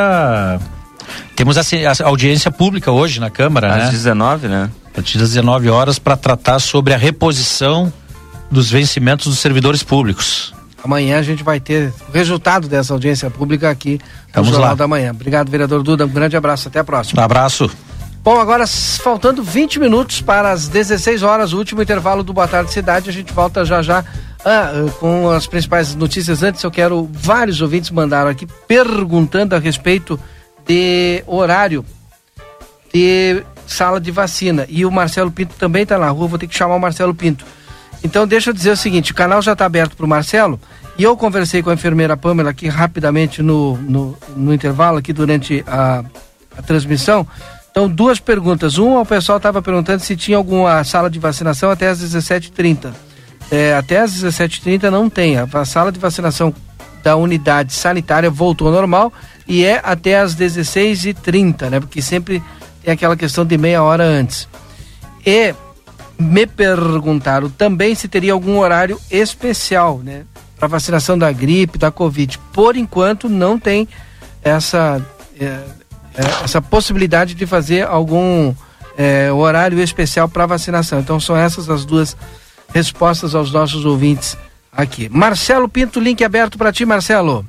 temos a, a audiência pública hoje na Câmara, às né? dezenove, né? A partir das dezenove horas, para tratar sobre a reposição dos vencimentos dos servidores públicos. Amanhã a gente vai ter o resultado dessa audiência pública aqui no Vamos Jornal lá. da Manhã. Obrigado, vereador Duda. Um grande abraço. Até a próxima. Um abraço. Bom, agora faltando vinte minutos para as dezesseis horas, o último intervalo do Boa Tarde Cidade, a gente volta já já ah, com as principais notícias. Antes eu quero, vários ouvintes mandaram aqui perguntando a respeito de horário de sala de vacina. E o Marcelo Pinto também está na rua, vou ter que chamar o Marcelo Pinto. Então deixa eu dizer o seguinte, o canal já está aberto para o Marcelo, e eu conversei com a enfermeira Pamela aqui rapidamente no, no, no intervalo, aqui durante a, a transmissão. Então, duas perguntas. Uma, o pessoal estava perguntando se tinha alguma sala de vacinação até às dezessete e trinta. É, até às dezessete e trinta não tem. A, a sala de vacinação da unidade sanitária voltou ao normal e é até às dezesseis e trinta, né? Porque sempre tem aquela questão de meia hora antes. E me perguntaram também se teria algum horário especial, né? Para vacinação da gripe, da Covid. Por enquanto, não tem essa... É, essa possibilidade de fazer algum é, horário especial para vacinação. Então são essas as duas respostas aos nossos ouvintes aqui. Marcelo Pinto, link aberto para ti, Marcelo.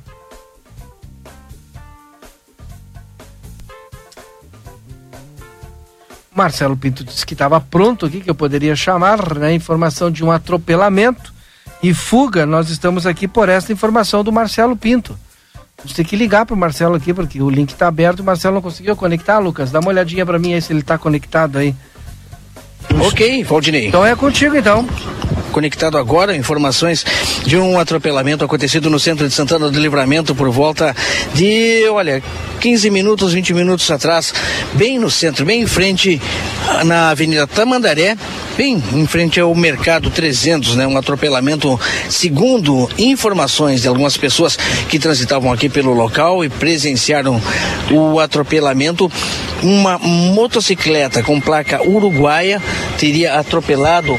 Marcelo Pinto disse que estava pronto aqui, que eu poderia chamar, né? Informação de um atropelamento e fuga. Nós estamos aqui por essa informação do Marcelo Pinto. Você tem que ligar pro Marcelo aqui, porque o link tá aberto, o Marcelo não conseguiu conectar, Lucas. Dá uma olhadinha pra mim aí se ele tá conectado aí. Ok, Valdinei. Então é contigo então. Conectado agora, informações de um atropelamento acontecido no centro de Santana do Livramento por volta de, olha, quinze minutos, vinte minutos atrás, bem no centro, bem em frente na Avenida Tamandaré, bem em frente ao Mercado trezentos, né? Um atropelamento, segundo informações de algumas pessoas que transitavam aqui pelo local e presenciaram o atropelamento, uma motocicleta com placa uruguaia teria atropelado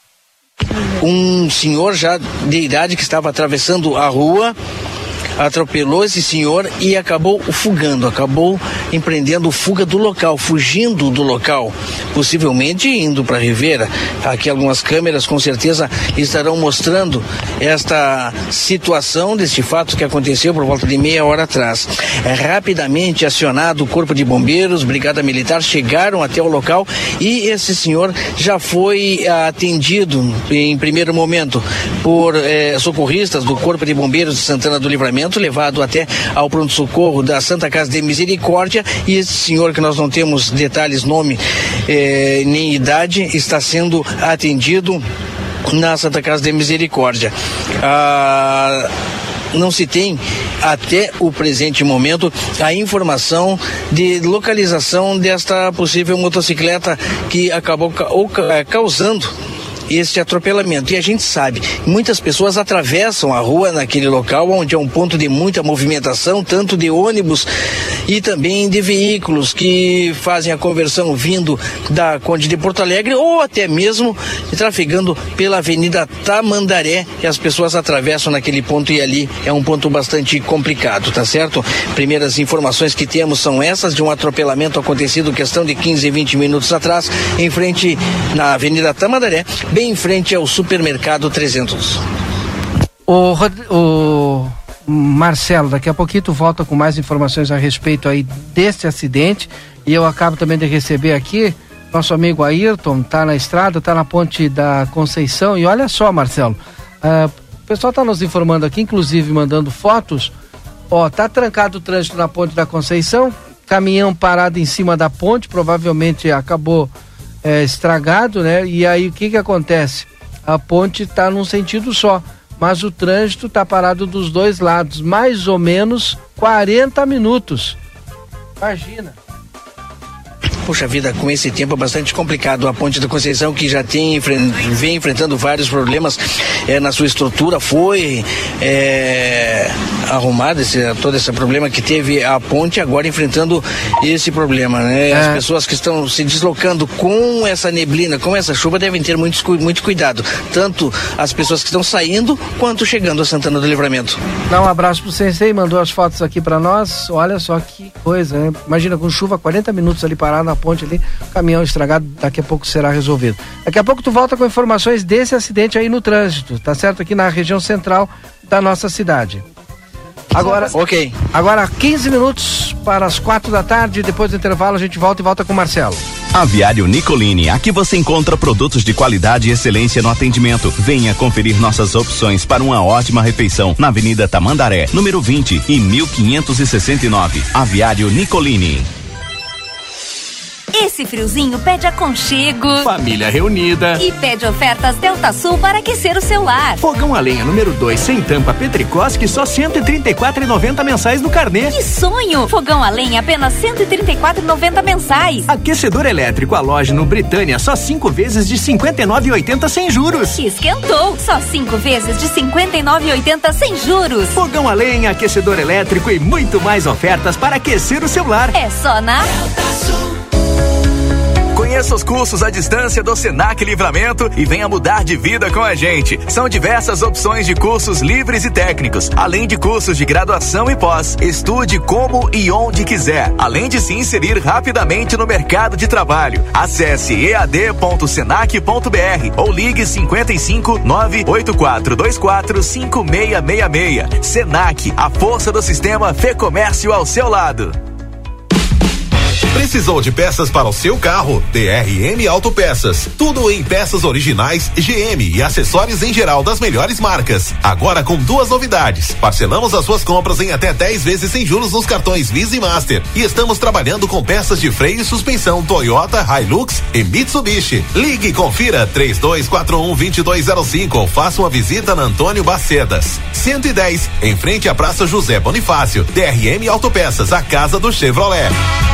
um senhor já de idade que estava atravessando a rua, atropelou esse senhor e acabou fugando, acabou empreendendo fuga do local, fugindo do local, possivelmente indo para Rivera. Aqui algumas câmeras com certeza estarão mostrando esta situação deste fato que aconteceu por volta de meia hora atrás. É rapidamente acionado o Corpo de Bombeiros, Brigada Militar, chegaram até o local e esse senhor já foi atendido em primeiro momento por eh, socorristas do Corpo de Bombeiros de Santana do Livramento, levado até ao pronto-socorro da Santa Casa de Misericórdia, e esse senhor, que nós não temos detalhes, nome eh, nem idade, está sendo atendido na Santa Casa de Misericórdia. Ah, não se tem até o presente momento a informação de localização desta possível motocicleta que acabou ca- ou, ca- causando este atropelamento. E a gente sabe, muitas pessoas atravessam a rua naquele local onde é um ponto de muita movimentação, tanto de ônibus e também de veículos que fazem a conversão vindo da Conde de Porto Alegre ou até mesmo trafegando pela Avenida Tamandaré, e as pessoas atravessam naquele ponto, e ali é um ponto bastante complicado, tá certo? Primeiras informações que temos são essas, de um atropelamento acontecido questão de quinze, vinte minutos atrás, em frente na Avenida Tamandaré, bem em frente ao Supermercado trezentos. O, o Marcelo, daqui a pouquinho tu volta com mais informações a respeito aí deste acidente, e eu acabo também de receber aqui nosso amigo Ayrton, tá na estrada, tá na ponte da Conceição, e olha só, Marcelo, uh, o pessoal tá nos informando aqui, inclusive mandando fotos, ó, tá trancado o trânsito na ponte da Conceição, caminhão parado em cima da ponte, provavelmente acabou É, estragado, né? E aí o que que acontece? A ponte está num sentido só, mas o trânsito está parado dos dois lados, mais ou menos quarenta minutos. Imagina. Puxa vida, com esse tempo é bastante complicado. A Ponte da Conceição, que já tem, vem enfrentando vários problemas é, na sua estrutura, foi é, arrumado esse, todo esse problema que teve a ponte, agora enfrentando esse problema, né? As é. pessoas que estão se deslocando com essa neblina, com essa chuva, devem ter muito, muito cuidado, tanto as pessoas que estão saindo quanto chegando a Santana do Livramento. Dá um abraço pro Sensei, mandou as fotos aqui para nós. Olha só que coisa, né? Imagina, com chuva, quarenta minutos ali parado na ponte ali, caminhão estragado, daqui a pouco será resolvido. Daqui a pouco tu volta com informações desse acidente aí no trânsito, tá certo? Aqui na região central da nossa cidade. Agora, ok. Agora quinze minutos para as quatro da tarde, depois do intervalo a gente volta e volta com o Marcelo. Aviário Nicolini, aqui você encontra produtos de qualidade e excelência no atendimento. Venha conferir nossas opções para uma ótima refeição na Avenida Tamandaré, número vinte e mil quinhentos e sessenta e nove. Aviário Nicolini. Esse Esse friozinho pede aconchego, família reunida e pede ofertas Delta Sul para aquecer o seu lar. Fogão a lenha número dois sem tampa Petricós, que só cento e trinta e quatro reais e noventa centavos mensais no carnê. Que sonho! Fogão a lenha apenas cento e trinta e quatro reais e noventa centavos mensais. Aquecedor elétrico Halógeno Britânia, só cinco vezes de cinquenta e nove reais e oitenta centavos sem juros. Esquentou! Só cinco vezes de cinquenta e nove reais e oitenta centavos sem juros. Fogão a lenha, aquecedor elétrico e muito mais ofertas para aquecer o seu lar. É só na Conheça os cursos à distância do Senac Livramento e venha mudar de vida com a gente. São diversas opções de cursos livres e técnicos, além de cursos de graduação e pós. Estude como e onde quiser, além de se inserir rapidamente no mercado de trabalho. Acesse e a d ponto senac ponto b r ou ligue cinquenta e cinco, nove oito quatro dois quatro, cinco seis seis seis. Senac, a força do sistema Fê Comércio ao seu lado. Precisou de peças para o seu carro? D R M Autopeças. Tudo em peças originais G M e acessórios em geral das melhores marcas. Agora com duas novidades. Parcelamos as suas compras em até dez vezes sem juros nos cartões Visa e Master. E estamos trabalhando com peças de freio e suspensão Toyota, Hilux e Mitsubishi. Ligue e confira três dois quatro um, dois dois zero cinco ou faça uma visita na Antônio Bacedas. cento e dez, em frente à Praça José Bonifácio. D R M Autopeças, a casa do Chevrolet.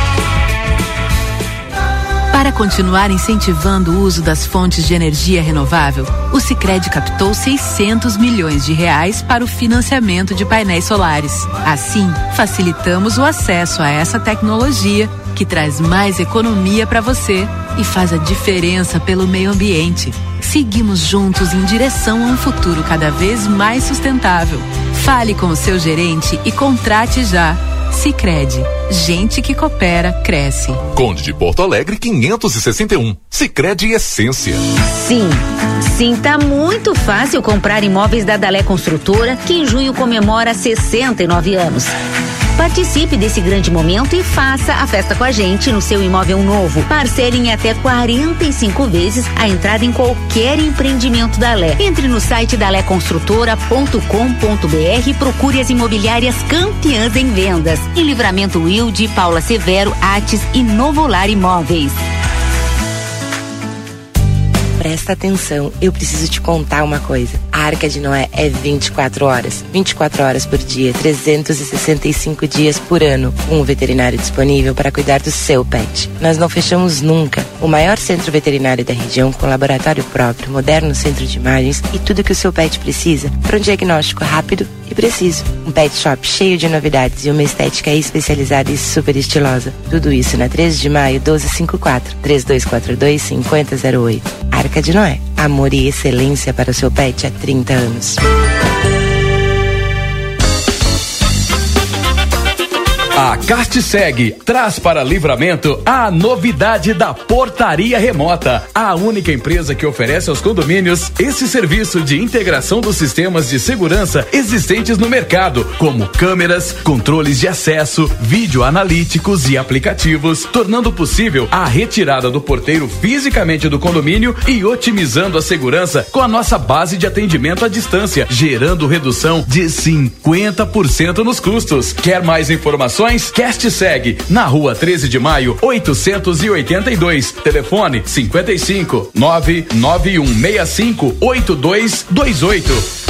Para continuar incentivando o uso das fontes de energia renovável, o Sicredi captou seiscentos milhões de reais para o financiamento de painéis solares. Assim, facilitamos o acesso a essa tecnologia que traz mais economia para você e faz a diferença pelo meio ambiente. Seguimos juntos em direção a um futuro cada vez mais sustentável. Fale com o seu gerente e contrate já. Sicredi, gente que coopera, cresce. Conde de Porto Alegre quinhentos e sessenta e um. Sicredi Essência. Sim, sim, tá muito fácil comprar imóveis da Dalé Construtora, que em junho comemora sessenta e nove anos. Participe desse grande momento e faça a festa com a gente no seu imóvel novo. Parcele em até quarenta e cinco vezes a entrada em qualquer empreendimento Dalé. Entre no site dalé construtora ponto com ponto b r e procure as imobiliárias campeãs em vendas. Em Livramento Wilde, Paula Severo, Ates e Novolar Imóveis. Presta atenção, eu preciso te contar uma coisa. A Arca de Noé é vinte e quatro horas. vinte e quatro horas por dia, trezentos e sessenta e cinco dias por ano. Um veterinário disponível para cuidar do seu pet. Nós não fechamos nunca. O maior centro veterinário da região, com laboratório próprio, moderno centro de imagens e tudo que o seu pet precisa para um diagnóstico rápido e preciso. Um pet shop cheio de novidades e uma estética especializada e super estilosa. Tudo isso na treze de maio, doze cinquenta e quatro. três dois quatro dois, cinco zero zero oito. Arca de Noé. Amor e excelência para o seu pet há trinta anos. A Castseg traz para Livramento a novidade da portaria remota, a única empresa que oferece aos condomínios esse serviço de integração dos sistemas de segurança existentes no mercado, como câmeras, controles de acesso, vídeo analíticos e aplicativos, tornando possível a retirada do porteiro fisicamente do condomínio e otimizando a segurança com a nossa base de atendimento à distância, gerando redução de cinquenta por cento nos custos. Quer mais informações? Castseg, na rua treze de maio, oitocentos e oitenta e dois. Telefone cinquenta e cinco, nove nove um seis cinco, oito dois dois oito.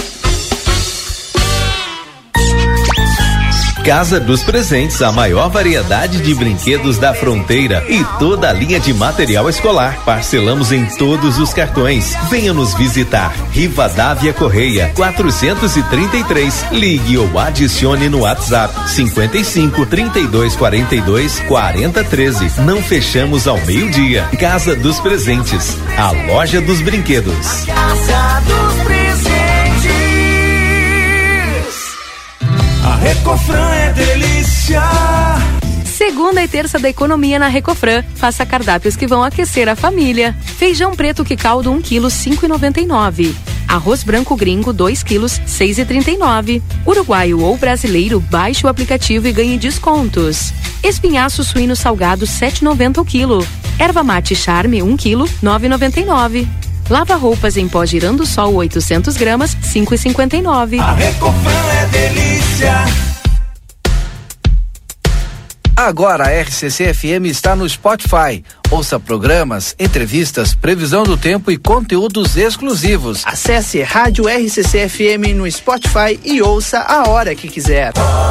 Casa dos Presentes, a maior variedade de brinquedos da fronteira e toda a linha de material escolar. Parcelamos em todos os cartões. Venha nos visitar. Rivadavia Correia, quatrocentos e trinta e três. Ligue ou adicione no WhatsApp cinquenta e cinco, trinta e dois, quarenta e dois, quarenta, treze. Não fechamos ao meio-dia. Casa dos Presentes, a loja dos brinquedos. Casa dos Presentes. A Recofran é delícia. Segunda e terça da economia na Recofran. Faça cardápios que vão aquecer a família. Feijão preto que caldo um quilo, cinco reais e noventa e nove centavos. Arroz branco gringo dois quilos, seis reais e trinta e nove centavos. Uruguaio ou brasileiro, baixe o aplicativo e ganhe descontos. Espinhaço suíno salgado sete reais e noventa centavos o quilo. Erva mate charme um quilo, nove reais e noventa e nove centavos. Lava roupas em pó girando sol oitocentos gramas, cinco reais e cinquenta e nove centavos. A Recofran é delícia. Agora a R C C F M está no Spotify. Ouça programas, entrevistas, previsão do tempo e conteúdos exclusivos. Acesse Rádio R C C F M no Spotify e ouça a hora que quiser.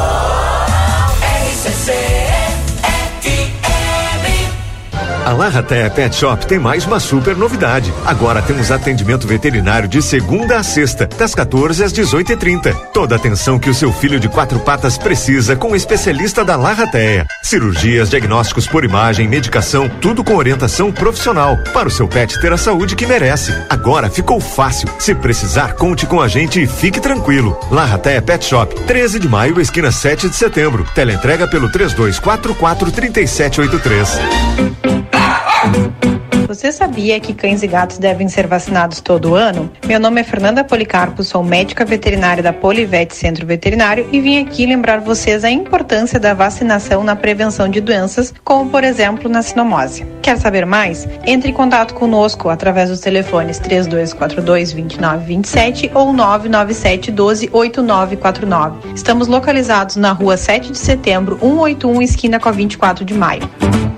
R C C F M. A Larratea Pet Shop tem mais uma super novidade. Agora temos atendimento veterinário de segunda a sexta, das quatorze às dezoito e trinta. Toda a atenção que o seu filho de quatro patas precisa com o especialista da Larratea. Cirurgias, diagnósticos por imagem, medicação, tudo com orientação profissional, para o seu pet ter a saúde que merece. Agora ficou fácil. Se precisar, conte com a gente e fique tranquilo. Larratea Pet Shop, treze de maio, esquina sete de setembro. Teleentrega pelo três dois quatro quatro, três sete oito três. Você sabia que cães e gatos devem ser vacinados todo ano? Meu nome é Fernanda Policarpo, sou médica veterinária da Polivete Centro Veterinário e vim aqui lembrar vocês a importância da vacinação na prevenção de doenças, como por exemplo na cinomose. Quer saber mais? Entre em contato conosco através dos telefones três dois quatro dois, dois nove dois sete ou nove nove sete, um dois, oito nove quatro nove. Estamos localizados na rua sete de setembro, cento e oitenta e um, esquina com a vinte e quatro de maio.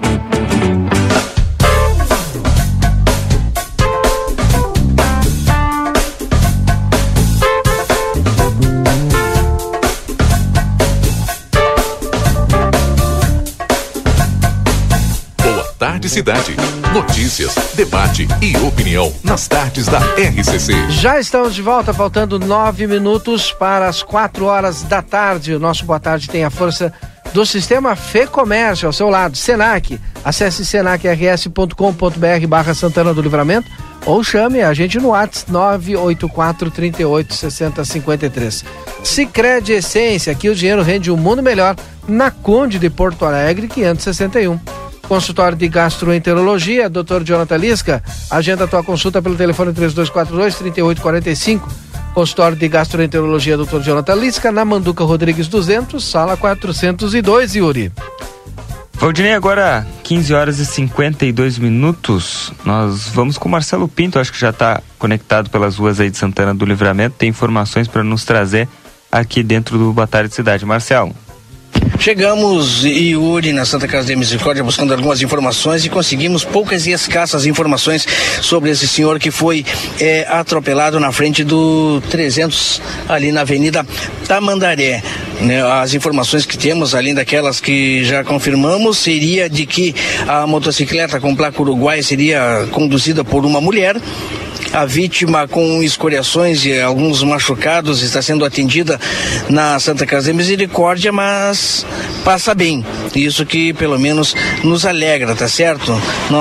Tarde Cidade. Notícias, debate e opinião nas tardes da R C C. Já estamos de volta, faltando nove minutos para as quatro horas da tarde. O nosso Boa Tarde tem a força do Sistema Fê Comércio ao seu lado. Senac. Acesse senac r s ponto com ponto b r barra Santana do Livramento ou chame a gente no WhatsApp nove oito quatro, três oito, seis zero cinco três. Sicredi Essência, aqui o dinheiro rende um mundo melhor, na Conde de Porto Alegre, quinhentos e sessenta e um. Consultório de Gastroenterologia, doutor Jonathan Lisca. Agenda a tua consulta pelo telefone três dois quatro dois, três oito quatro cinco. Consultório de Gastroenterologia, doutor Jonathan Lisca, na Manduca Rodrigues duzentos, sala quatrocentos e dois, Yuri. Valdinei, agora quinze horas e cinquenta e dois minutos. Nós vamos com o Marcelo Pinto, acho que já está conectado pelas ruas aí de Santana do Livramento. Tem informações para nos trazer aqui dentro do Boa Tarde Cidade. Marcelo. Chegamos, Yuri, na Santa Casa de Misericórdia, buscando algumas informações e conseguimos poucas e escassas informações sobre esse senhor que foi é, atropelado na frente do trezentos, ali na Avenida Tamandaré. Né, as informações que temos, além daquelas que já confirmamos, seria de que a motocicleta com placa uruguaia seria conduzida por uma mulher. A vítima, com escoriações e alguns machucados, está sendo atendida na Santa Casa de Misericórdia, mas passa bem. Isso que pelo menos nos alegra, tá certo?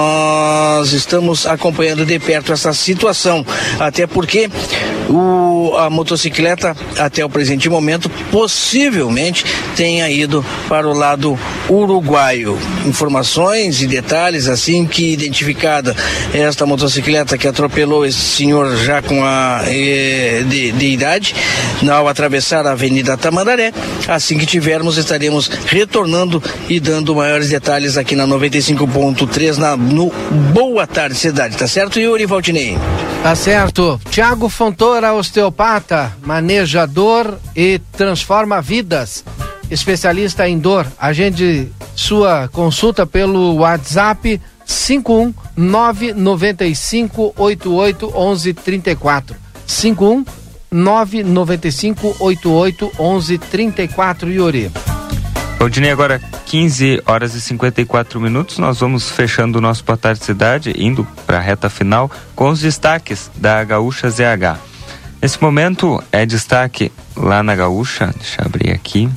Nós estamos acompanhando de perto essa situação, até porque o, a motocicleta, até o presente momento, possivelmente tenha ido para o lado uruguaio. Informações e detalhes, assim que identificada esta motocicleta que atropelou esse senhor já com a eh, de, de idade, ao atravessar a Avenida Tamandaré, assim que tivermos, estaremos retornando e dando maiores detalhes aqui na noventa e cinco ponto três, na, no Boa Tarde Cidade, tá certo, Yuri Valdinei? Tá certo. Tiago Fontoura, osteopata, manejador e transforma vidas. Especialista em dor. Agende sua consulta pelo WhatsApp cinco um nove nove cinco oito oito um um três quatro. cinco um nove nove cinco oito oito um um três quatro, Yuri. Valdinei, agora quinze horas e cinquenta e quatro minutos, nós vamos fechando o nosso Boa Tarde Cidade, indo para a reta final com os destaques da Gaúcha Z H. Nesse momento é destaque lá na Gaúcha, deixa eu abrir aqui.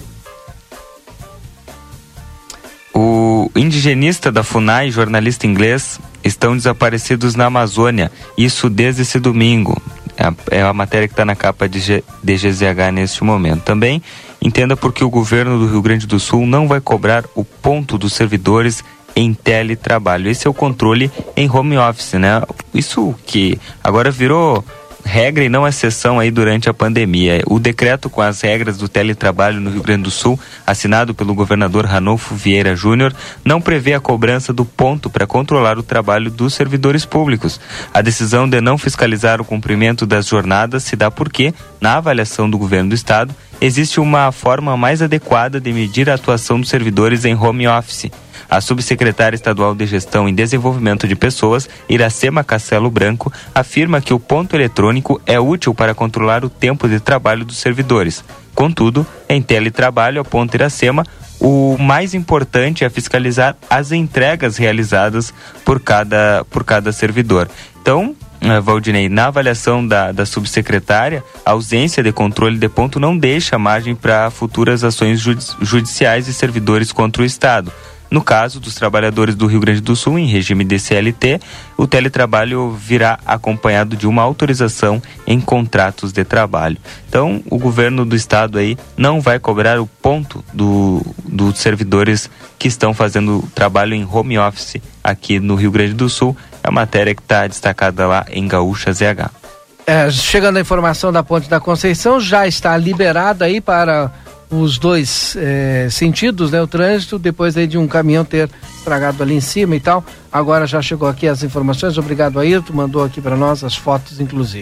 O indigenista da FUNAI, jornalista inglês, estão desaparecidos na Amazônia, isso desde esse domingo. É a, é a matéria que está na capa de, G, de G Z H neste momento. Também entenda porque o governo do Rio Grande do Sul não vai cobrar o ponto dos servidores em teletrabalho. Esse é o controle em home office, né? Isso que agora virou regra e não exceção aí durante a pandemia. O decreto com as regras do teletrabalho no Rio Grande do Sul, assinado pelo governador Ranolfo Vieira Júnior, não prevê a cobrança do ponto para controlar o trabalho dos servidores públicos. A decisão de não fiscalizar o cumprimento das jornadas se dá porque, na avaliação do governo do estado, existe uma forma mais adequada de medir a atuação dos servidores em home office. A subsecretária estadual de Gestão e Desenvolvimento de Pessoas, Iracema Castelo Branco, afirma que o ponto eletrônico é útil para controlar o tempo de trabalho dos servidores. Contudo, em teletrabalho, a ponto Iracema, o mais importante é fiscalizar as entregas realizadas por cada, por cada servidor. Então, Valdinei, na avaliação da, da subsecretária, a ausência de controle de ponto não deixa margem para futuras ações judici- judiciais e servidores contra o Estado. No caso dos trabalhadores do Rio Grande do Sul, em regime de C L T, o teletrabalho virá acompanhado de uma autorização em contratos de trabalho. Então, o governo do estado aí não vai cobrar o ponto do, dos servidores que estão fazendo trabalho em home office aqui no Rio Grande do Sul. É a matéria que está destacada lá em Gaúcha Z H. É, chegando a informação da Ponte da Conceição, já está liberada aí para os dois é, sentidos, né, o trânsito, depois aí de um caminhão ter estragado ali em cima e tal. Agora já chegou aqui as informações, obrigado Ayrton, mandou aqui para nós as fotos inclusive.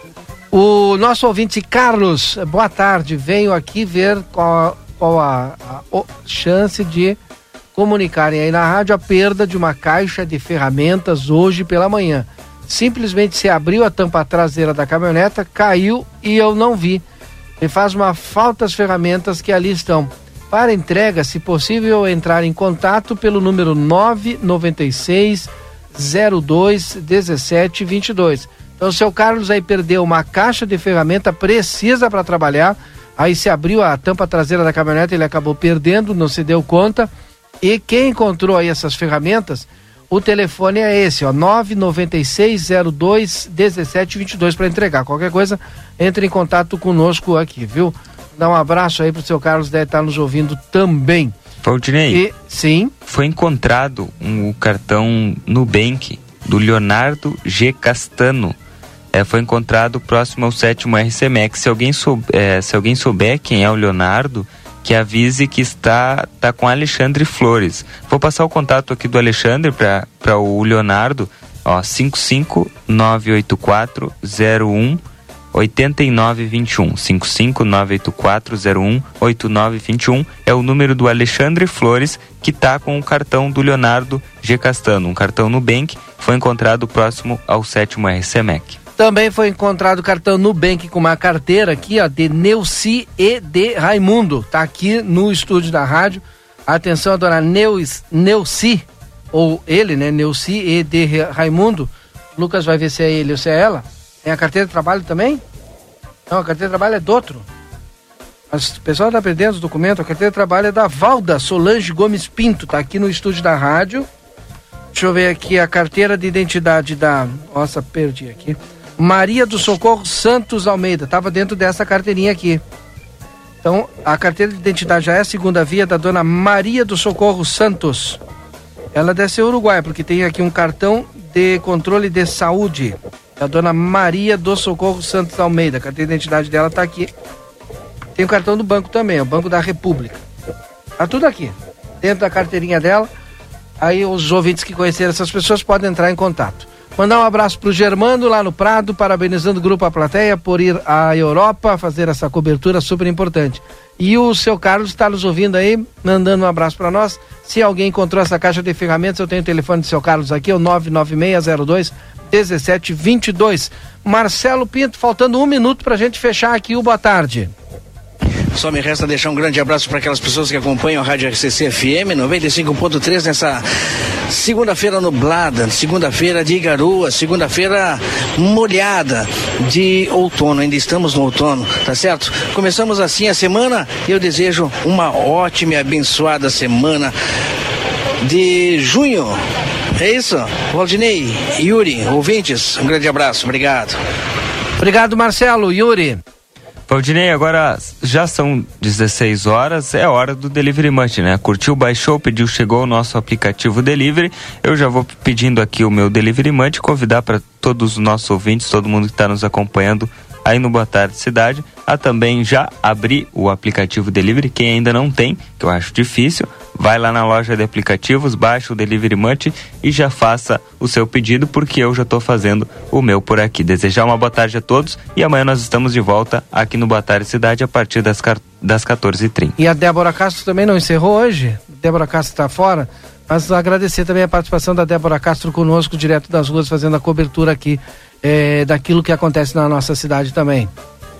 O nosso ouvinte Carlos, boa tarde, venho aqui ver qual, qual a, a, a chance de comunicarem aí na rádio a perda de uma caixa de ferramentas hoje pela manhã. Simplesmente se abriu a tampa traseira da caminhoneta, caiu e eu não vi. Me faz uma falta as ferramentas que ali estão. Para entrega, se possível, entrar em contato pelo número nove nove seis, zero dois, um sete dois dois. Então, o seu Carlos aí perdeu uma caixa de ferramenta precisa para trabalhar, aí se abriu a tampa traseira da caminhonete, ele acabou perdendo, não se deu conta, e quem encontrou aí essas ferramentas, o telefone é esse, ó, nove nove seis, zero dois, um sete dois dois para entregar. Qualquer coisa, entre em contato conosco aqui, viu? Dá um abraço aí pro seu Carlos, deve estar nos ouvindo também. Valdinei, e, sim? Foi encontrado um, o cartão Nubank do Leonardo G. Castano. É, foi encontrado próximo ao sétimo R C M E C. Se alguém, soube, é, se alguém souber quem é o Leonardo, que avise que está, está com Alexandre Flores. Vou passar o contato aqui do Alexandre para o Leonardo, ó, cinco cinco nove oito quatro zero um oito nove dois um, cinco cinco nove oito quatro zero um oito nove dois um, é o número do Alexandre Flores, que está com o cartão do Leonardo G. Castano, um cartão Nubank, foi encontrado próximo ao sétimo R C M E C. Também foi encontrado o cartão Nubank com uma carteira aqui, ó, de Neuci e de Raimundo. Tá aqui no estúdio da rádio. Atenção, a dona Neus, Neuci, ou ele, né, Neuci e de Raimundo. Lucas vai ver se é ele ou se é ela. Tem a carteira de trabalho também? Não, a carteira de trabalho é do outro. Mas o pessoal tá perdendo os documentos. A carteira de trabalho é da Valda Solange Gomes Pinto. Tá aqui no estúdio da rádio. Deixa eu ver aqui a carteira de identidade da... Nossa, perdi aqui. Maria do Socorro Santos Almeida, estava dentro dessa carteirinha aqui. Então, a carteira de identidade já é a segunda via da dona Maria do Socorro Santos. Ela deve ser uruguaia, porque tem aqui um cartão de controle de saúde. Da dona Maria do Socorro Santos Almeida. A carteira de identidade dela está aqui. Tem o cartão do banco também, o Banco da República. Tá tudo aqui, dentro da carteirinha dela. Aí os ouvintes que conheceram essas pessoas podem entrar em contato. Mandar um abraço pro Germano lá no Prado, parabenizando o Grupo A Plateia por ir à Europa fazer essa cobertura super importante. E o seu Carlos está nos ouvindo aí, mandando um abraço para nós. Se alguém encontrou essa caixa de ferramentas, eu tenho o telefone do seu Carlos aqui, é o nove nove seis zero dois um sete dois dois. Marcelo Pinto, faltando um minuto pra gente fechar aqui o boa tarde. Só me resta deixar um grande abraço para aquelas pessoas que acompanham a Rádio R C C F M noventa e cinco ponto três nessa segunda-feira nublada, segunda-feira de garoa, segunda-feira molhada de outono. Ainda estamos no outono, tá certo? Começamos assim a semana e eu desejo uma ótima e abençoada semana de junho. É isso? Valdinei, Yuri, ouvintes, um grande abraço, obrigado. Obrigado, Marcelo, Yuri. Valdinei, agora já são dezesseis horas, é hora do Delivery Munch, né? Curtiu, baixou, pediu, chegou o nosso aplicativo Delivery. Eu já vou pedindo aqui o meu Delivery Munch, convidar para todos os nossos ouvintes, todo mundo que está nos acompanhando aí no Boa Tarde Cidade, a também já abrir o aplicativo Delivery. Quem ainda não tem, que eu acho difícil, vai lá na loja de aplicativos, baixa o Delivery Munch e já faça o seu pedido, porque eu já estou fazendo o meu por aqui. Desejar uma boa tarde a todos e amanhã nós estamos de volta aqui no Boa Tarde Cidade a partir das, das quatorze e trinta. E a Débora Castro também não encerrou hoje? Débora Castro está fora, mas agradecer também a participação da Débora Castro conosco, direto das ruas, fazendo a cobertura aqui é, daquilo que acontece na nossa cidade também.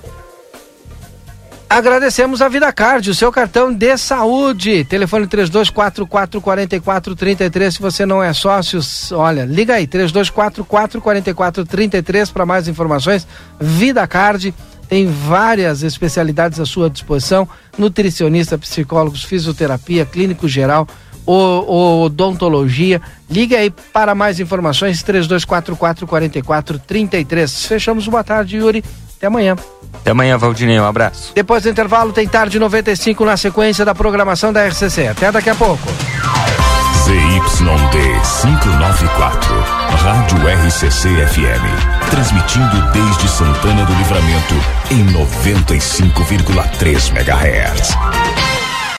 Agradecemos a VidaCard, o seu cartão de saúde. Telefone três dois quatro quatro, quatro quatro três três. Se você não é sócio, olha, liga aí, três dois quatro quatro, quatro quatro três três para mais informações. VidaCard tem várias especialidades à sua disposição: nutricionista, psicólogos, fisioterapia, clínico geral, o, odontologia. Liga aí para mais informações, três dois quatro quatro, quatro quatro três três. Fechamos o Boa Tarde, Yuri. Até amanhã. Até amanhã, Valdinei. Um abraço. Depois do intervalo, tem Tarde noventa e cinco na sequência da programação da R C C. Até daqui a pouco. Z Y D quinhentos e noventa e quatro, Rádio R C C F M. Transmitindo desde Santana do Livramento em noventa e cinco vírgula três megahertz.